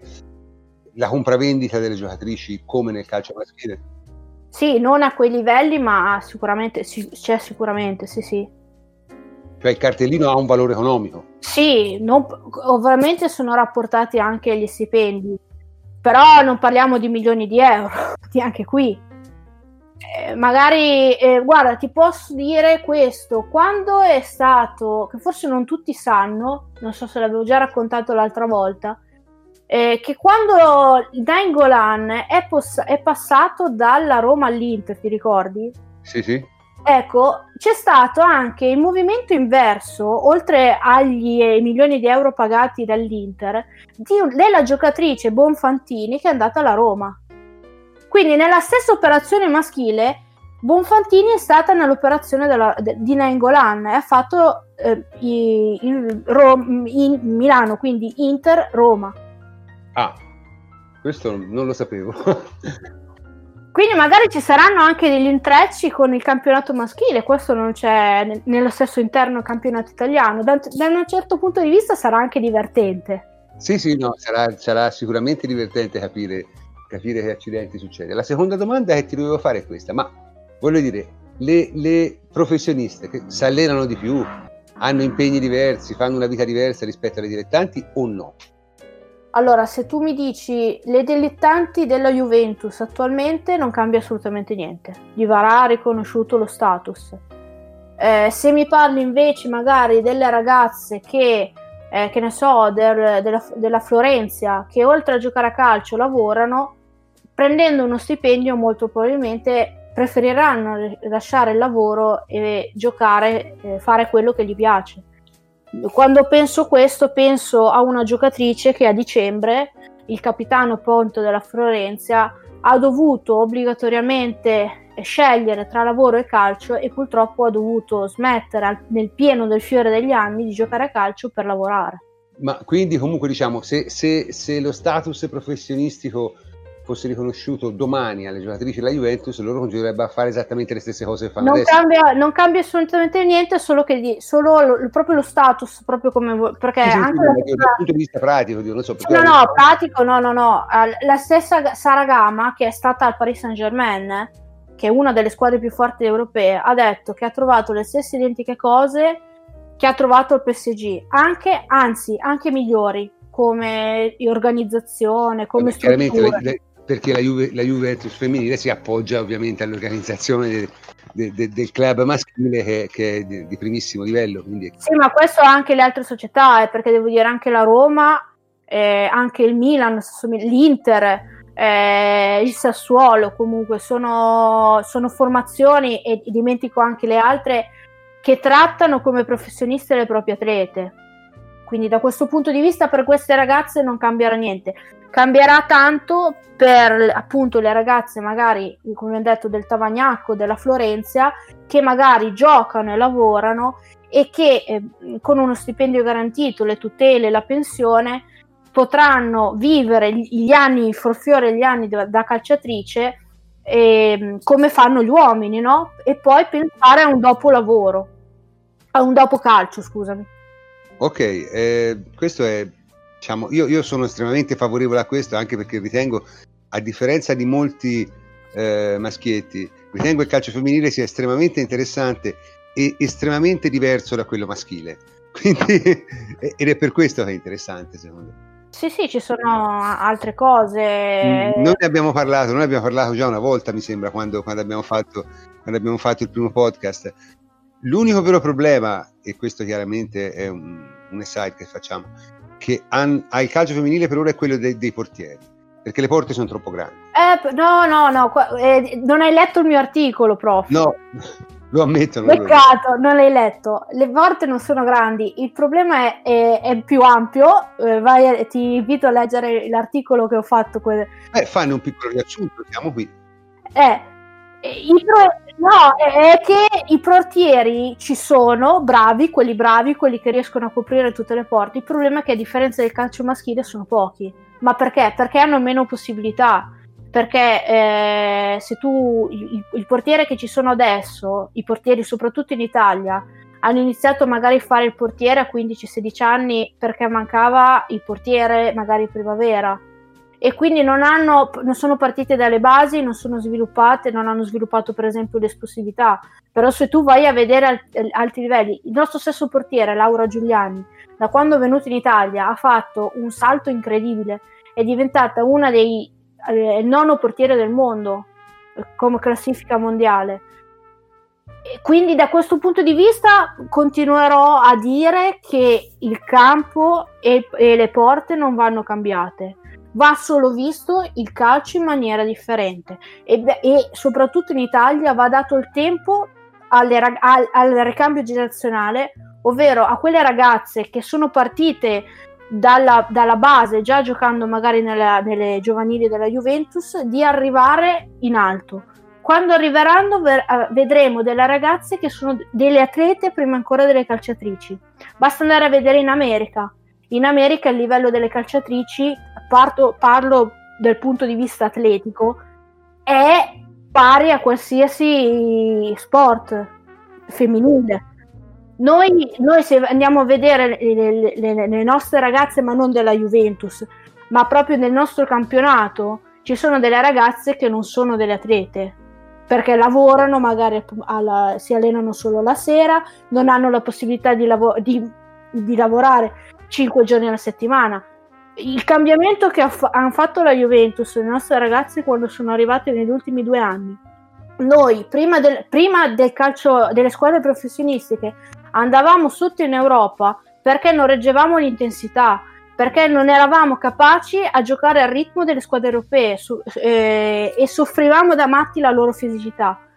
la compravendita delle giocatrici come nel calcio maschile? Sì, non a quei livelli, ma sicuramente c'è, sicuramente, sì sì. Cioè il cartellino ha un valore economico? Sì, non, ovviamente sono rapportati anche gli stipendi, però non parliamo di milioni di euro, anche qui. Eh, magari, eh, guarda, ti posso dire questo, quando è stato, che forse non tutti sanno, non so se l'avevo già raccontato l'altra volta, eh, che quando Nainggolan è, poss- è passato dalla Roma all'Inter, ti ricordi? Sì, sì. Ecco, c'è stato anche il movimento inverso, oltre agli eh, milioni di euro pagati dall'Inter, di, della giocatrice Bonfantini che è andata alla Roma. Quindi nella stessa operazione maschile Bonfantini è stata nell'operazione della, de, di Nainggolan e ha fatto eh, il, il Rom, in Milano, quindi Inter-Roma. Ah, questo non lo sapevo. Quindi magari ci saranno anche degli intrecci con il campionato maschile, questo non c'è nello stesso interno campionato italiano. Da, da un certo punto di vista sarà anche divertente. Sì, sì, no, sarà, sarà sicuramente divertente capire, capire che accidenti succede. La seconda domanda che ti dovevo fare è questa, ma voglio dire, le, le professioniste che si allenano di più, hanno impegni diversi, fanno una vita diversa rispetto alle dilettanti o no? Allora, se tu mi dici le dilettanti della Juventus attualmente non cambia assolutamente niente, gli verrà riconosciuto lo status. Eh, se mi parli invece magari delle ragazze che, eh, che ne so, del, della, della Florenza, che oltre a giocare a calcio lavorano, prendendo uno stipendio molto probabilmente preferiranno lasciare il lavoro e giocare, eh, fare quello che gli piace. Quando penso questo, penso a una giocatrice che a dicembre, il capitano Ponto della Florenza, ha dovuto obbligatoriamente scegliere tra lavoro e calcio e purtroppo ha dovuto smettere al, nel pieno del fiore degli anni di giocare a calcio per lavorare. Ma quindi comunque diciamo, se, se, se lo status professionistico fosse riconosciuto domani alle giocatrici della Juventus, loro continuerebbero a fare esattamente le stesse cose che fanno non adesso. Cambia, non cambia assolutamente niente, solo che di, solo lo, proprio lo status, proprio come perché sì, sì, anche sì, la, io, dal punto di vista pratico, io non so. No, no, no, pratico, no, no, no. La stessa Sara Gama, che è stata al Paris Saint-Germain, che è una delle squadre più forti europee, ha detto che ha trovato le stesse identiche cose che ha trovato il P S G, anche, anzi, anche migliori, come organizzazione, come struttura. Le, perché la, Juve, la Juventus femminile si appoggia ovviamente all'organizzazione de, de, de, del club maschile che, che è di, di primissimo livello. Quindi... Sì, ma questo anche le altre società, eh, perché devo dire anche la Roma, eh, anche il Milan, l'Inter, eh, il Sassuolo, comunque sono, sono formazioni, e dimentico anche le altre, che trattano come professioniste le proprie atlete. Quindi da questo punto di vista per queste ragazze non cambierà niente. Cambierà tanto per appunto le ragazze magari, come ho detto, del Tavagnacco, della Florenza, che magari giocano e lavorano e che eh, con uno stipendio garantito, le tutele, la pensione, potranno vivere gli anni, forfiore gli anni da, da calciatrice eh, come fanno gli uomini, no? E poi pensare a un dopo lavoro, a un dopo calcio, scusami. Ok, eh, questo è, diciamo, io, io sono estremamente favorevole a questo, anche perché ritengo, a differenza di molti eh, maschietti, ritengo il calcio femminile sia estremamente interessante e estremamente diverso da quello maschile, quindi ed è per questo che è interessante, secondo me. Sì, sì, ci sono altre cose. Non ne abbiamo parlato, noi abbiamo parlato già una volta, mi sembra, quando, quando abbiamo fatto quando abbiamo fatto il primo podcast. L'unico vero problema, e questo chiaramente è un, un aside che facciamo, che al calcio femminile per ora è quello dei, dei portieri, perché le porte sono troppo grandi. Eh, no, no, no, eh, non hai letto il mio articolo, prof. No, lo ammetto. Non Peccato, non l'hai letto. Le porte non sono grandi, il problema è, è, è più ampio. Eh, vai, ti invito a leggere l'articolo che ho fatto. Que- eh, fanno un piccolo riassunto, siamo qui. Eh, i pro- no, è che i portieri ci sono, bravi, quelli bravi, quelli che riescono a coprire tutte le porte. Il problema è che a differenza del calcio maschile sono pochi. Ma perché? Perché hanno meno possibilità. Perché eh, se tu il, il portiere che ci sono adesso, i portieri soprattutto in Italia, hanno iniziato magari a fare il portiere a quindici sedici anni perché mancava il portiere magari in primavera, e quindi non hanno non sono partite dalle basi, non sono sviluppate, non hanno sviluppato per esempio l'esplosività. Però se tu vai a vedere alt- alti livelli, il nostro stesso portiere Laura Giuliani, da quando è venuto in Italia ha fatto un salto incredibile, è diventata una dei il nono portiere del mondo come classifica mondiale. E quindi da questo punto di vista continuerò a dire che il campo e, e le porte non vanno cambiate, va solo visto il calcio in maniera differente e, e soprattutto in Italia va dato il tempo alle, al, al ricambio generazionale, ovvero a quelle ragazze che sono partite Dalla, dalla base, già giocando magari nella, nelle giovanili della Juventus, di arrivare in alto. Quando arriveranno ver- vedremo delle ragazze che sono delle atlete prima ancora delle calciatrici. Basta andare a vedere in America. In America il livello delle calciatrici, parto, parlo dal punto di vista atletico, è pari a qualsiasi sport femminile. Noi, noi se andiamo a vedere le, le, le nostre ragazze, ma non della Juventus, ma proprio nel nostro campionato, ci sono delle ragazze che non sono delle atlete, perché lavorano, magari alla, si allenano solo la sera, non hanno la possibilità di, lav- di, di lavorare cinque giorni alla settimana. Il cambiamento che ha fa- hanno fatto la Juventus, le nostre ragazze, quando sono arrivate negli ultimi due anni, noi prima del, prima del calcio, delle squadre professionistiche, andavamo sotto in Europa perché non reggevamo l'intensità, perché non eravamo capaci a giocare al ritmo delle squadre europee su, eh, e soffrivamo da matti la loro fisicità.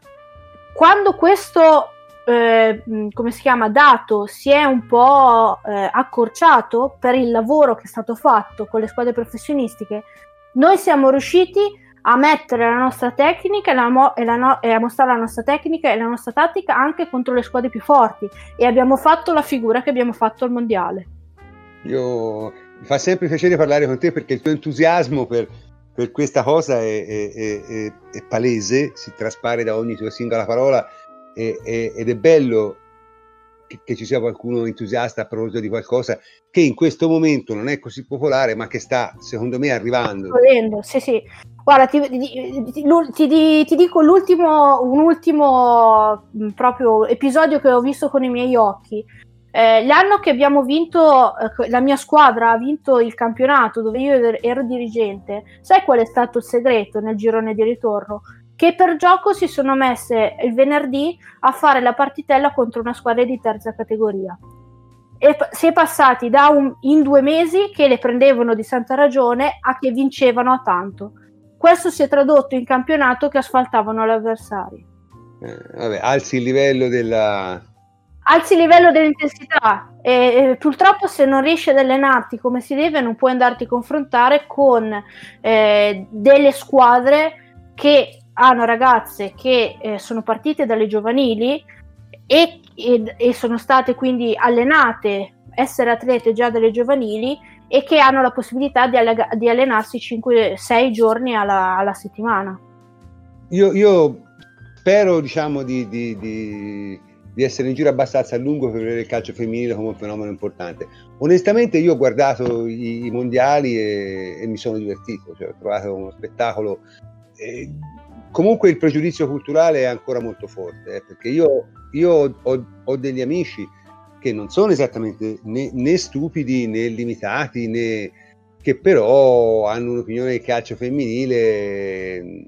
quando questo eh, come si chiama dato si è un po' eh, accorciato per il lavoro che è stato fatto con le squadre professionistiche, noi siamo riusciti a mettere la nostra tecnica e, la mo- e, la no- e a mostrare la nostra tecnica e la nostra tattica anche contro le squadre più forti, e abbiamo fatto la figura che abbiamo fatto al mondiale. Io mi fa sempre piacere parlare con te, perché il tuo entusiasmo per, per questa cosa è, è, è, è palese, si traspare da ogni tua singola parola, è, è, ed è bello che, che ci sia qualcuno entusiasta a proposito di qualcosa che in questo momento non è così popolare, ma che sta, secondo me, arrivando. Sì, sì. Guarda, ti, ti, ti, ti dico l'ultimo, un ultimo proprio episodio che ho visto con i miei occhi. Eh, l'anno che abbiamo vinto, eh, la mia squadra ha vinto il campionato dove io ero dirigente, sai qual è stato il segreto nel girone di ritorno? Che per gioco si sono messe il venerdì a fare la partitella contro una squadra di terza categoria, e si è passati da un, in due mesi che le prendevano di santa ragione a che vincevano a tanto. Questo si è tradotto in campionato che asfaltavano gli avversari. Eh, vabbè, alzi il livello della alzi il livello dell'intensità e, e purtroppo se non riesci ad allenarti come si deve non puoi andarti a confrontare con eh, delle squadre che hanno ragazze che eh, sono partite dalle giovanili e, e, e sono state quindi allenate, essere atlete già dalle giovanili, e che hanno la possibilità di, alle, di allenarsi cinque sei giorni alla, alla settimana. Io, io spero, diciamo, di, di, di, di essere in giro abbastanza a lungo per vedere il calcio femminile come un fenomeno importante. Onestamente io ho guardato i, i mondiali e, e mi sono divertito, cioè, ho trovato uno spettacolo. Eh, comunque il pregiudizio culturale è ancora molto forte, eh, perché io, io ho, ho degli amici che non sono esattamente né, né stupidi né limitati, né, che però hanno un'opinione del calcio femminile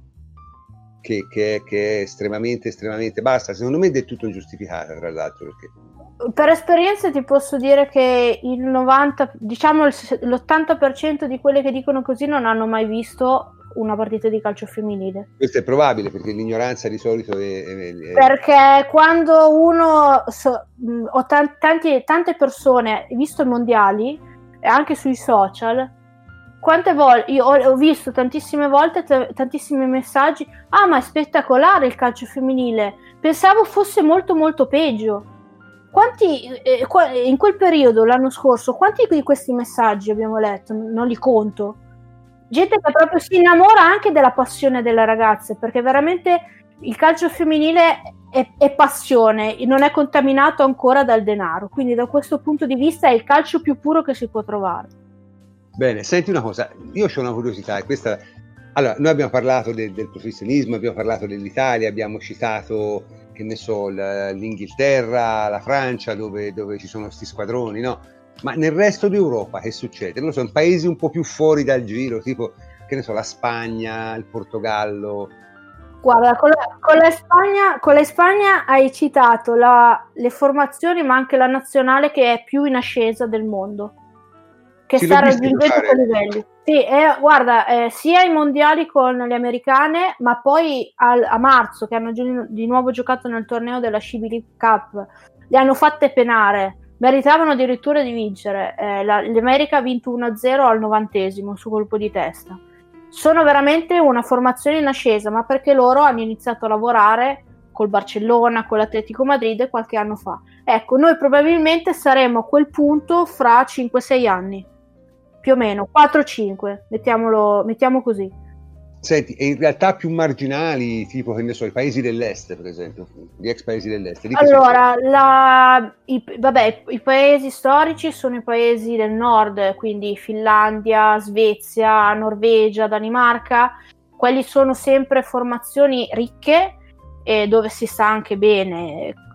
che, che, che è estremamente estremamente bassa, secondo me del tutto ingiustificata, tra l'altro, perché per esperienza ti posso dire che il novanta, diciamo l'ottanta per cento di quelle che dicono così non hanno mai visto una partita di calcio femminile. Questo è probabile, perché l'ignoranza di solito è, è, è... perché quando uno so, ho t- tanti, tante persone, visto i mondiali e anche sui social, quante volte io ho, ho visto tantissime volte t- tantissimi messaggi: ah, ma è spettacolare il calcio femminile, pensavo fosse molto molto peggio. Quanti eh, qua, in quel periodo l'anno scorso quanti di questi messaggi abbiamo letto? Non li conto. Gente che proprio si innamora anche della passione delle ragazze, perché veramente il calcio femminile è, è passione, non è contaminato ancora dal denaro, quindi da questo punto di vista è il calcio più puro che si può trovare. Bene, senti una cosa, io ho una curiosità, e questa, allora, noi abbiamo parlato de, del professionismo, abbiamo parlato dell'Italia, abbiamo citato, che ne so, l'Inghilterra, la Francia, dove, dove ci sono questi squadroni, no? Ma nel resto d'Europa che succede? Non lo so, in paesi un po' più fuori dal giro, tipo, che ne so, la Spagna, il Portogallo. Guarda, con la, con la Spagna, con la Spagna hai citato la, le formazioni, ma anche la nazionale che è più in ascesa del mondo, che Sì, sta l'ho visto raggiungendo giocare. quei livelli. Sì, eh, guarda, eh, sia i mondiali con le americane, ma poi al, a marzo, che hanno gi- di nuovo giocato nel torneo della Shibili Cup, le hanno fatte penare. Meritavano addirittura di vincere. Eh, la, L'America ha vinto uno a zero al novantesimo su colpo di testa. Sono veramente una formazione in ascesa, ma perché loro hanno iniziato a lavorare col Barcellona, con l'Atletico Madrid qualche anno fa. Ecco, noi probabilmente saremo a quel punto fra cinque sei anni, più o meno, quattro cinque, mettiamolo, mettiamo così. Senti, e in realtà più marginali, tipo, che ne so, i paesi dell'est, per esempio, gli ex paesi dell'est. Allora, la, i, vabbè, i paesi storici sono i paesi del nord, quindi Finlandia, Svezia, Norvegia, Danimarca. Quelli sono sempre formazioni ricche e dove si sta anche bene eh,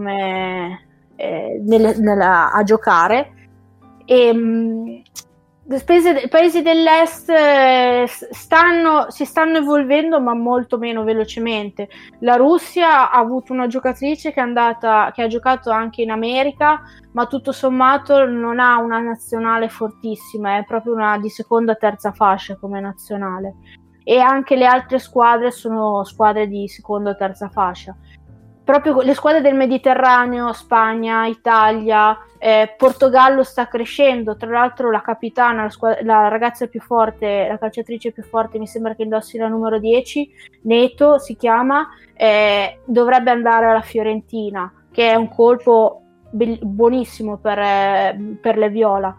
come eh, nel, nella, a giocare. E mh, i paesi dell'est stanno, si stanno evolvendo, ma molto meno velocemente. La Russia ha avuto una giocatrice che è andata, che ha giocato anche in America, ma tutto sommato non ha una nazionale fortissima, è proprio una di seconda terza fascia come nazionale. e anche le altre squadre sono squadre di seconda o terza fascia. Proprio le squadre del Mediterraneo, Spagna, Italia, eh, Portogallo sta crescendo, tra l'altro la capitana, la, squadra, la ragazza più forte, la calciatrice più forte, mi sembra che indossi la numero dieci, Neto si chiama, eh, dovrebbe andare alla Fiorentina, che è un colpo be- buonissimo per, eh, per le viola.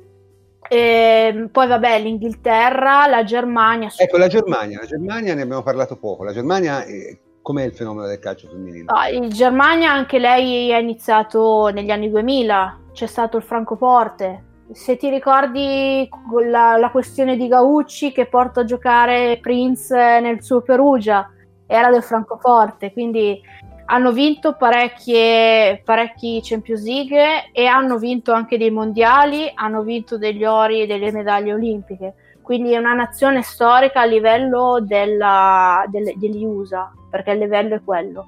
E poi vabbè, l'Inghilterra, la Germania. Ecco, la Germania, la Germania ne abbiamo parlato poco. La Germania, è... com'è il fenomeno del calcio femminile? No, in Germania anche lei ha iniziato negli anni duemila, c'è stato il Francoforte. Se ti ricordi la, la questione di Gaucci che porta a giocare Prince nel suo Perugia, era del Francoforte, quindi hanno vinto parecchie, parecchi Champions League e hanno vinto anche dei mondiali, hanno vinto degli ori e delle medaglie olimpiche. Quindi è una nazione storica a livello della, delle, degli U S A, perché il livello è quello.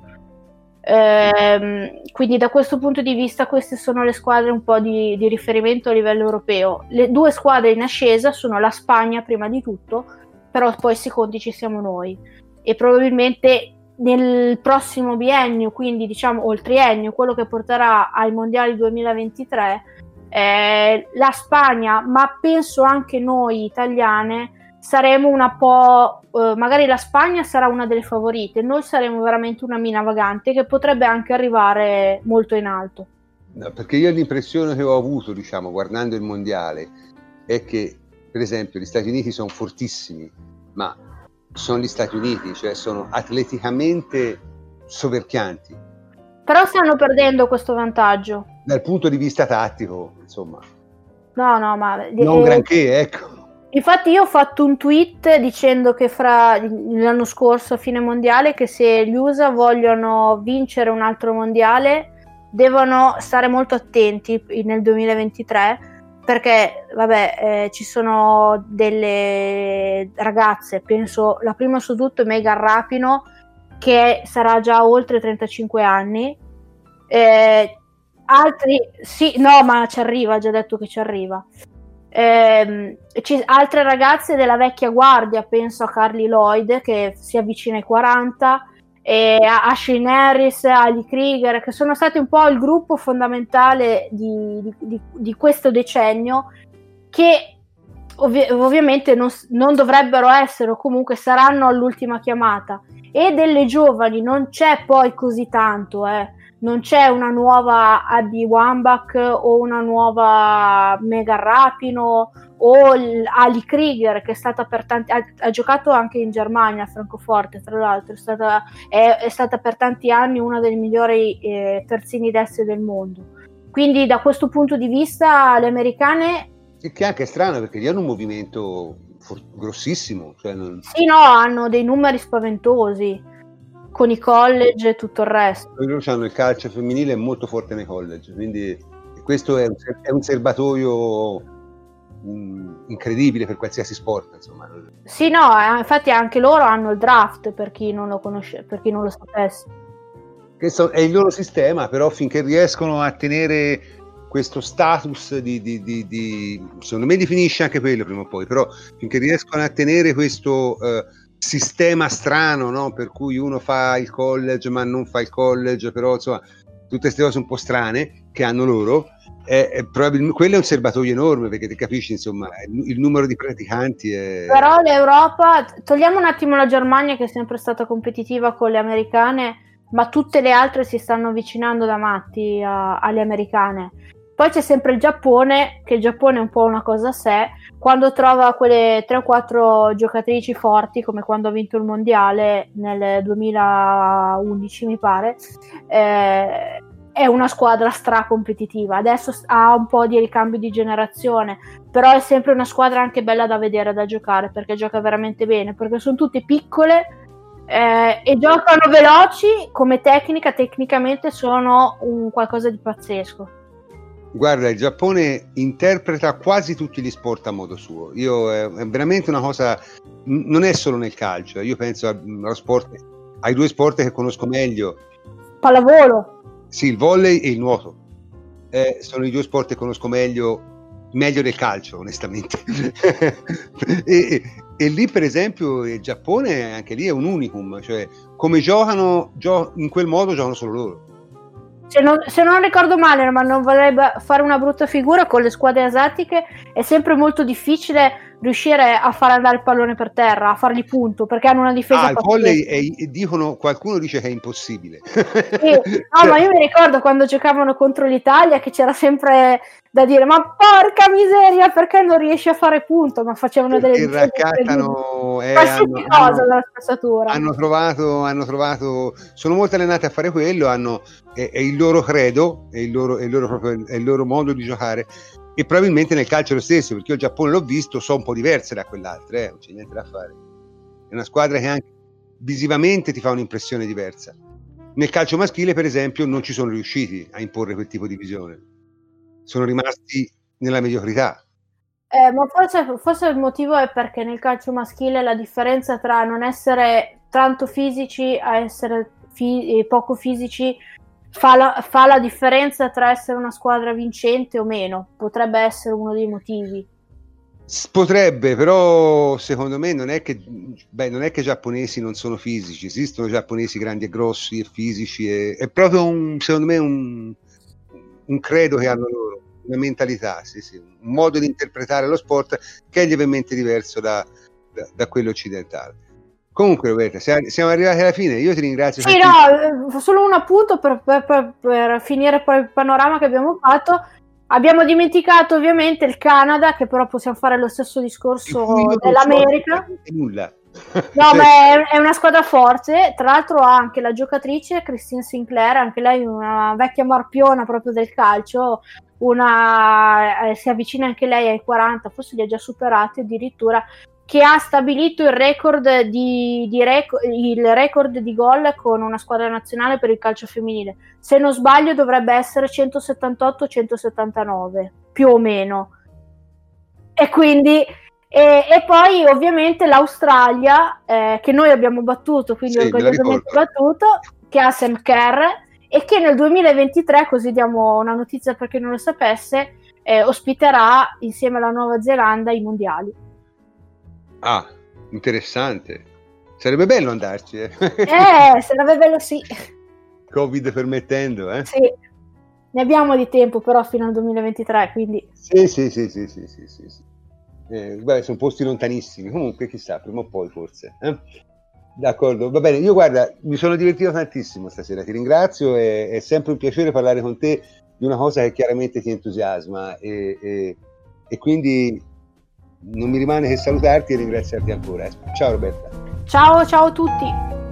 Ehm, quindi da questo punto di vista queste sono le squadre un po' di, di riferimento a livello europeo. Le due squadre in ascesa sono la Spagna prima di tutto, però poi secondi ci siamo noi. E probabilmente nel prossimo biennio, quindi diciamo o il triennio, quello che porterà ai mondiali duemilaventitré, Eh, la Spagna, ma penso anche noi italiane saremo una po' eh, magari la Spagna sarà una delle favorite, noi saremo veramente una mina vagante che potrebbe anche arrivare molto in alto. No, perché io l'impressione che ho avuto, diciamo, guardando il mondiale è che per esempio gli Stati Uniti sono fortissimi, ma sono gli Stati Uniti, cioè sono atleticamente soverchianti, però stanno perdendo questo vantaggio dal punto di vista tattico, insomma. No, no, ma non eh, granché, ecco. Infatti io ho fatto un tweet dicendo che fra l'anno scorso a fine mondiale che se gli U S A vogliono vincere un altro mondiale devono stare molto attenti nel duemilaventitré, perché vabbè eh, ci sono delle ragazze, penso la prima su tutto è Megan Rapinoe, che sarà già oltre trentacinque anni, eh, altri sì, no, ma ci arriva, ha già detto che ci arriva. Eh, ci, altre ragazze della vecchia guardia, penso a Carly Lloyd che si avvicina ai quaranta, e a Ashley Harris, a Ali Krieger, che sono stati un po' il gruppo fondamentale di, di, di, di questo decennio, che ovvi- ovviamente non, non dovrebbero essere, o comunque saranno all'ultima chiamata. E delle giovani non c'è poi così tanto, eh. Non c'è una nuova Abby Wambach o una nuova Megan Rapinoe o Ali Krieger, che è stata per tanti ha, ha giocato anche in Germania a Francoforte, tra l'altro è stata, è, è stata per tanti anni una delle migliori eh, terzini destri del mondo. Quindi da questo punto di vista le americane, Che è anche strano perché gli hanno un movimento for- grossissimo, cioè non... sì, no, hanno dei numeri spaventosi con i college e tutto il resto. Loro hanno il calcio femminile molto forte nei college, quindi questo è un, è un serbatoio um, incredibile per qualsiasi sport, insomma. Sì, no, infatti anche loro hanno il draft, per chi non lo conosce, per chi non lo sapesse. Questo è il loro sistema, però finché riescono a tenere questo status di, di, di, di secondo me definisce anche quello prima o poi, però finché riescono a tenere questo uh, sistema strano, no? Per cui uno fa il college ma non fa il college, però insomma tutte queste cose un po' strane che hanno loro, è, è probabilmente quello è un serbatoio enorme, perché ti capisci, insomma, il, il numero di praticanti è... Però l'Europa, togliamo un attimo la Germania che è sempre stata competitiva con le americane, ma tutte le altre si stanno avvicinando da matti a, alle americane. Poi c'è sempre il Giappone, che il Giappone è un po' una cosa a sé, quando trova quelle tre o quattro giocatrici forti, come quando ha vinto il mondiale nel duemilaundici mi pare, eh, è una squadra stracompetitiva. Adesso ha un po' di ricambio di generazione, però è sempre una squadra anche bella da vedere, da giocare, perché gioca veramente bene, perché sono tutte piccole eh, e giocano veloci, come tecnica, tecnicamente sono un qualcosa di pazzesco. Guarda, il Giappone interpreta quasi tutti gli sport a modo suo. Io è, è veramente una cosa, non è solo nel calcio, io penso allo sport, ai due sport che conosco meglio. Pallavolo. Sì, il volley e il nuoto. Eh, sono i due sport che conosco meglio meglio del calcio, onestamente. e, e lì per esempio il Giappone anche lì è un unicum, cioè come giocano gio- in quel modo giocano solo loro. Se non, se non ricordo male, ma non vorrei fare una brutta figura, con le squadre asiatiche è sempre molto difficile riuscire a far andare il pallone per terra, a fargli punto, perché hanno una difesa ah, il volley è, dicono, qualcuno dice che è impossibile. Sì. No, ma io mi ricordo quando giocavano contro l'Italia che c'era sempre da dire ma porca miseria, perché non riesci a fare punto, ma facevano delle difese raccattano eh, qualsiasi hanno, cosa hanno, dalla spazzatura. Hanno trovato, hanno trovato, sono molto allenati a fare quello, hanno, è, è il loro credo, è il loro, è il loro, proprio, è il loro modo di giocare. E probabilmente nel calcio è lo stesso, perché io il Giappone l'ho visto, sono un po' diverse da quell'altra, eh, non c'è niente da fare. È una squadra che anche visivamente ti fa un'impressione diversa. Nel calcio maschile, per esempio, non ci sono riusciti a imporre quel tipo di visione. Sono rimasti nella mediocrità. Eh, ma forse, forse il motivo è perché nel calcio maschile la differenza tra non essere tanto fisici a essere fi- poco fisici Fa la, fa la differenza tra essere una squadra vincente o meno. Potrebbe essere uno dei motivi. Potrebbe, però secondo me non è che beh, non è che i giapponesi non sono fisici, esistono giapponesi grandi e grossi e fisici, e, è proprio un, secondo me un, un credo che hanno loro, una mentalità, sì, sì, un modo di interpretare lo sport che è lievemente diverso da, da, da quello occidentale. Comunque Roberta, siamo arrivati alla fine, io ti ringrazio. Sì, no, solo un appunto per, per, per, per finire poi il panorama che abbiamo fatto. Abbiamo dimenticato ovviamente il Canada, che però possiamo fare lo stesso discorso dell'America. Nulla. No, ma è, è una squadra forte, tra l'altro ha anche la giocatrice Christine Sinclair, anche lei una vecchia marpiona proprio del calcio, una, eh, si avvicina anche lei ai quaranta, forse li ha già superati addirittura, che ha stabilito il record di, di rec- il record di gol con una squadra nazionale per il calcio femminile. Se non sbaglio dovrebbe essere centosettantotto centosettantanove, più o meno. E quindi e, e poi ovviamente l'Australia, eh, che noi abbiamo battuto, quindi sì, orgogliosamente battuto, che ha Sam Kerr, e che nel duemilaventitré, così diamo una notizia per chi non lo sapesse, eh, ospiterà insieme alla Nuova Zelanda i mondiali. Ah, interessante. Sarebbe bello andarci, eh? Eh, sarebbe bello, sì. Covid permettendo, eh? Sì. Ne abbiamo di tempo però fino al duemilaventitré, quindi... Sì, sì, sì, sì, sì, sì, sì, sì. Eh, beh, sono posti lontanissimi, comunque chissà, prima o poi forse. Eh? D'accordo, va bene. Io guarda, mi sono divertito tantissimo stasera, ti ringrazio, è, è sempre un piacere parlare con te di una cosa che chiaramente ti entusiasma e, e, e quindi... non mi rimane che salutarti e ringraziarti ancora. Ciao Roberta. Ciao, ciao a tutti.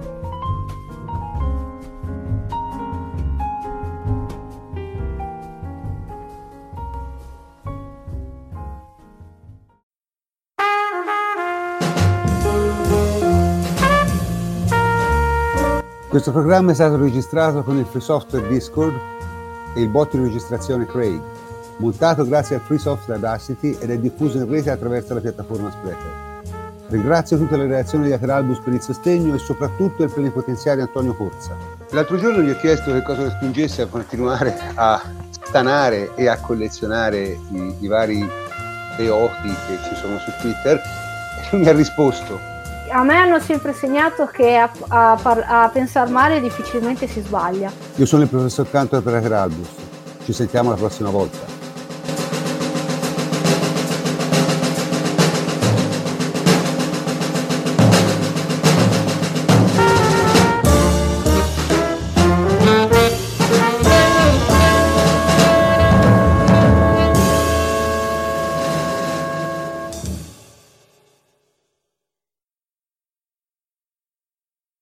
Questo programma è stato registrato con il free software Discord e il bot di registrazione Craig, montato grazie al free software Audacity ed è diffuso in rete attraverso la piattaforma Spreaker. Ringrazio tutta la redazione di Ateralbus per il sostegno e soprattutto il plenipotenziario Antonio Corsa. L'altro giorno gli ho chiesto che cosa lo spingesse a continuare a stanare e a collezionare i, i vari deoti che ci sono su Twitter e lui mi ha risposto: a me hanno sempre insegnato che a, a, a pensare male difficilmente si sbaglia. Io sono il professor Cantor per Ateralbus. Ci sentiamo la prossima volta.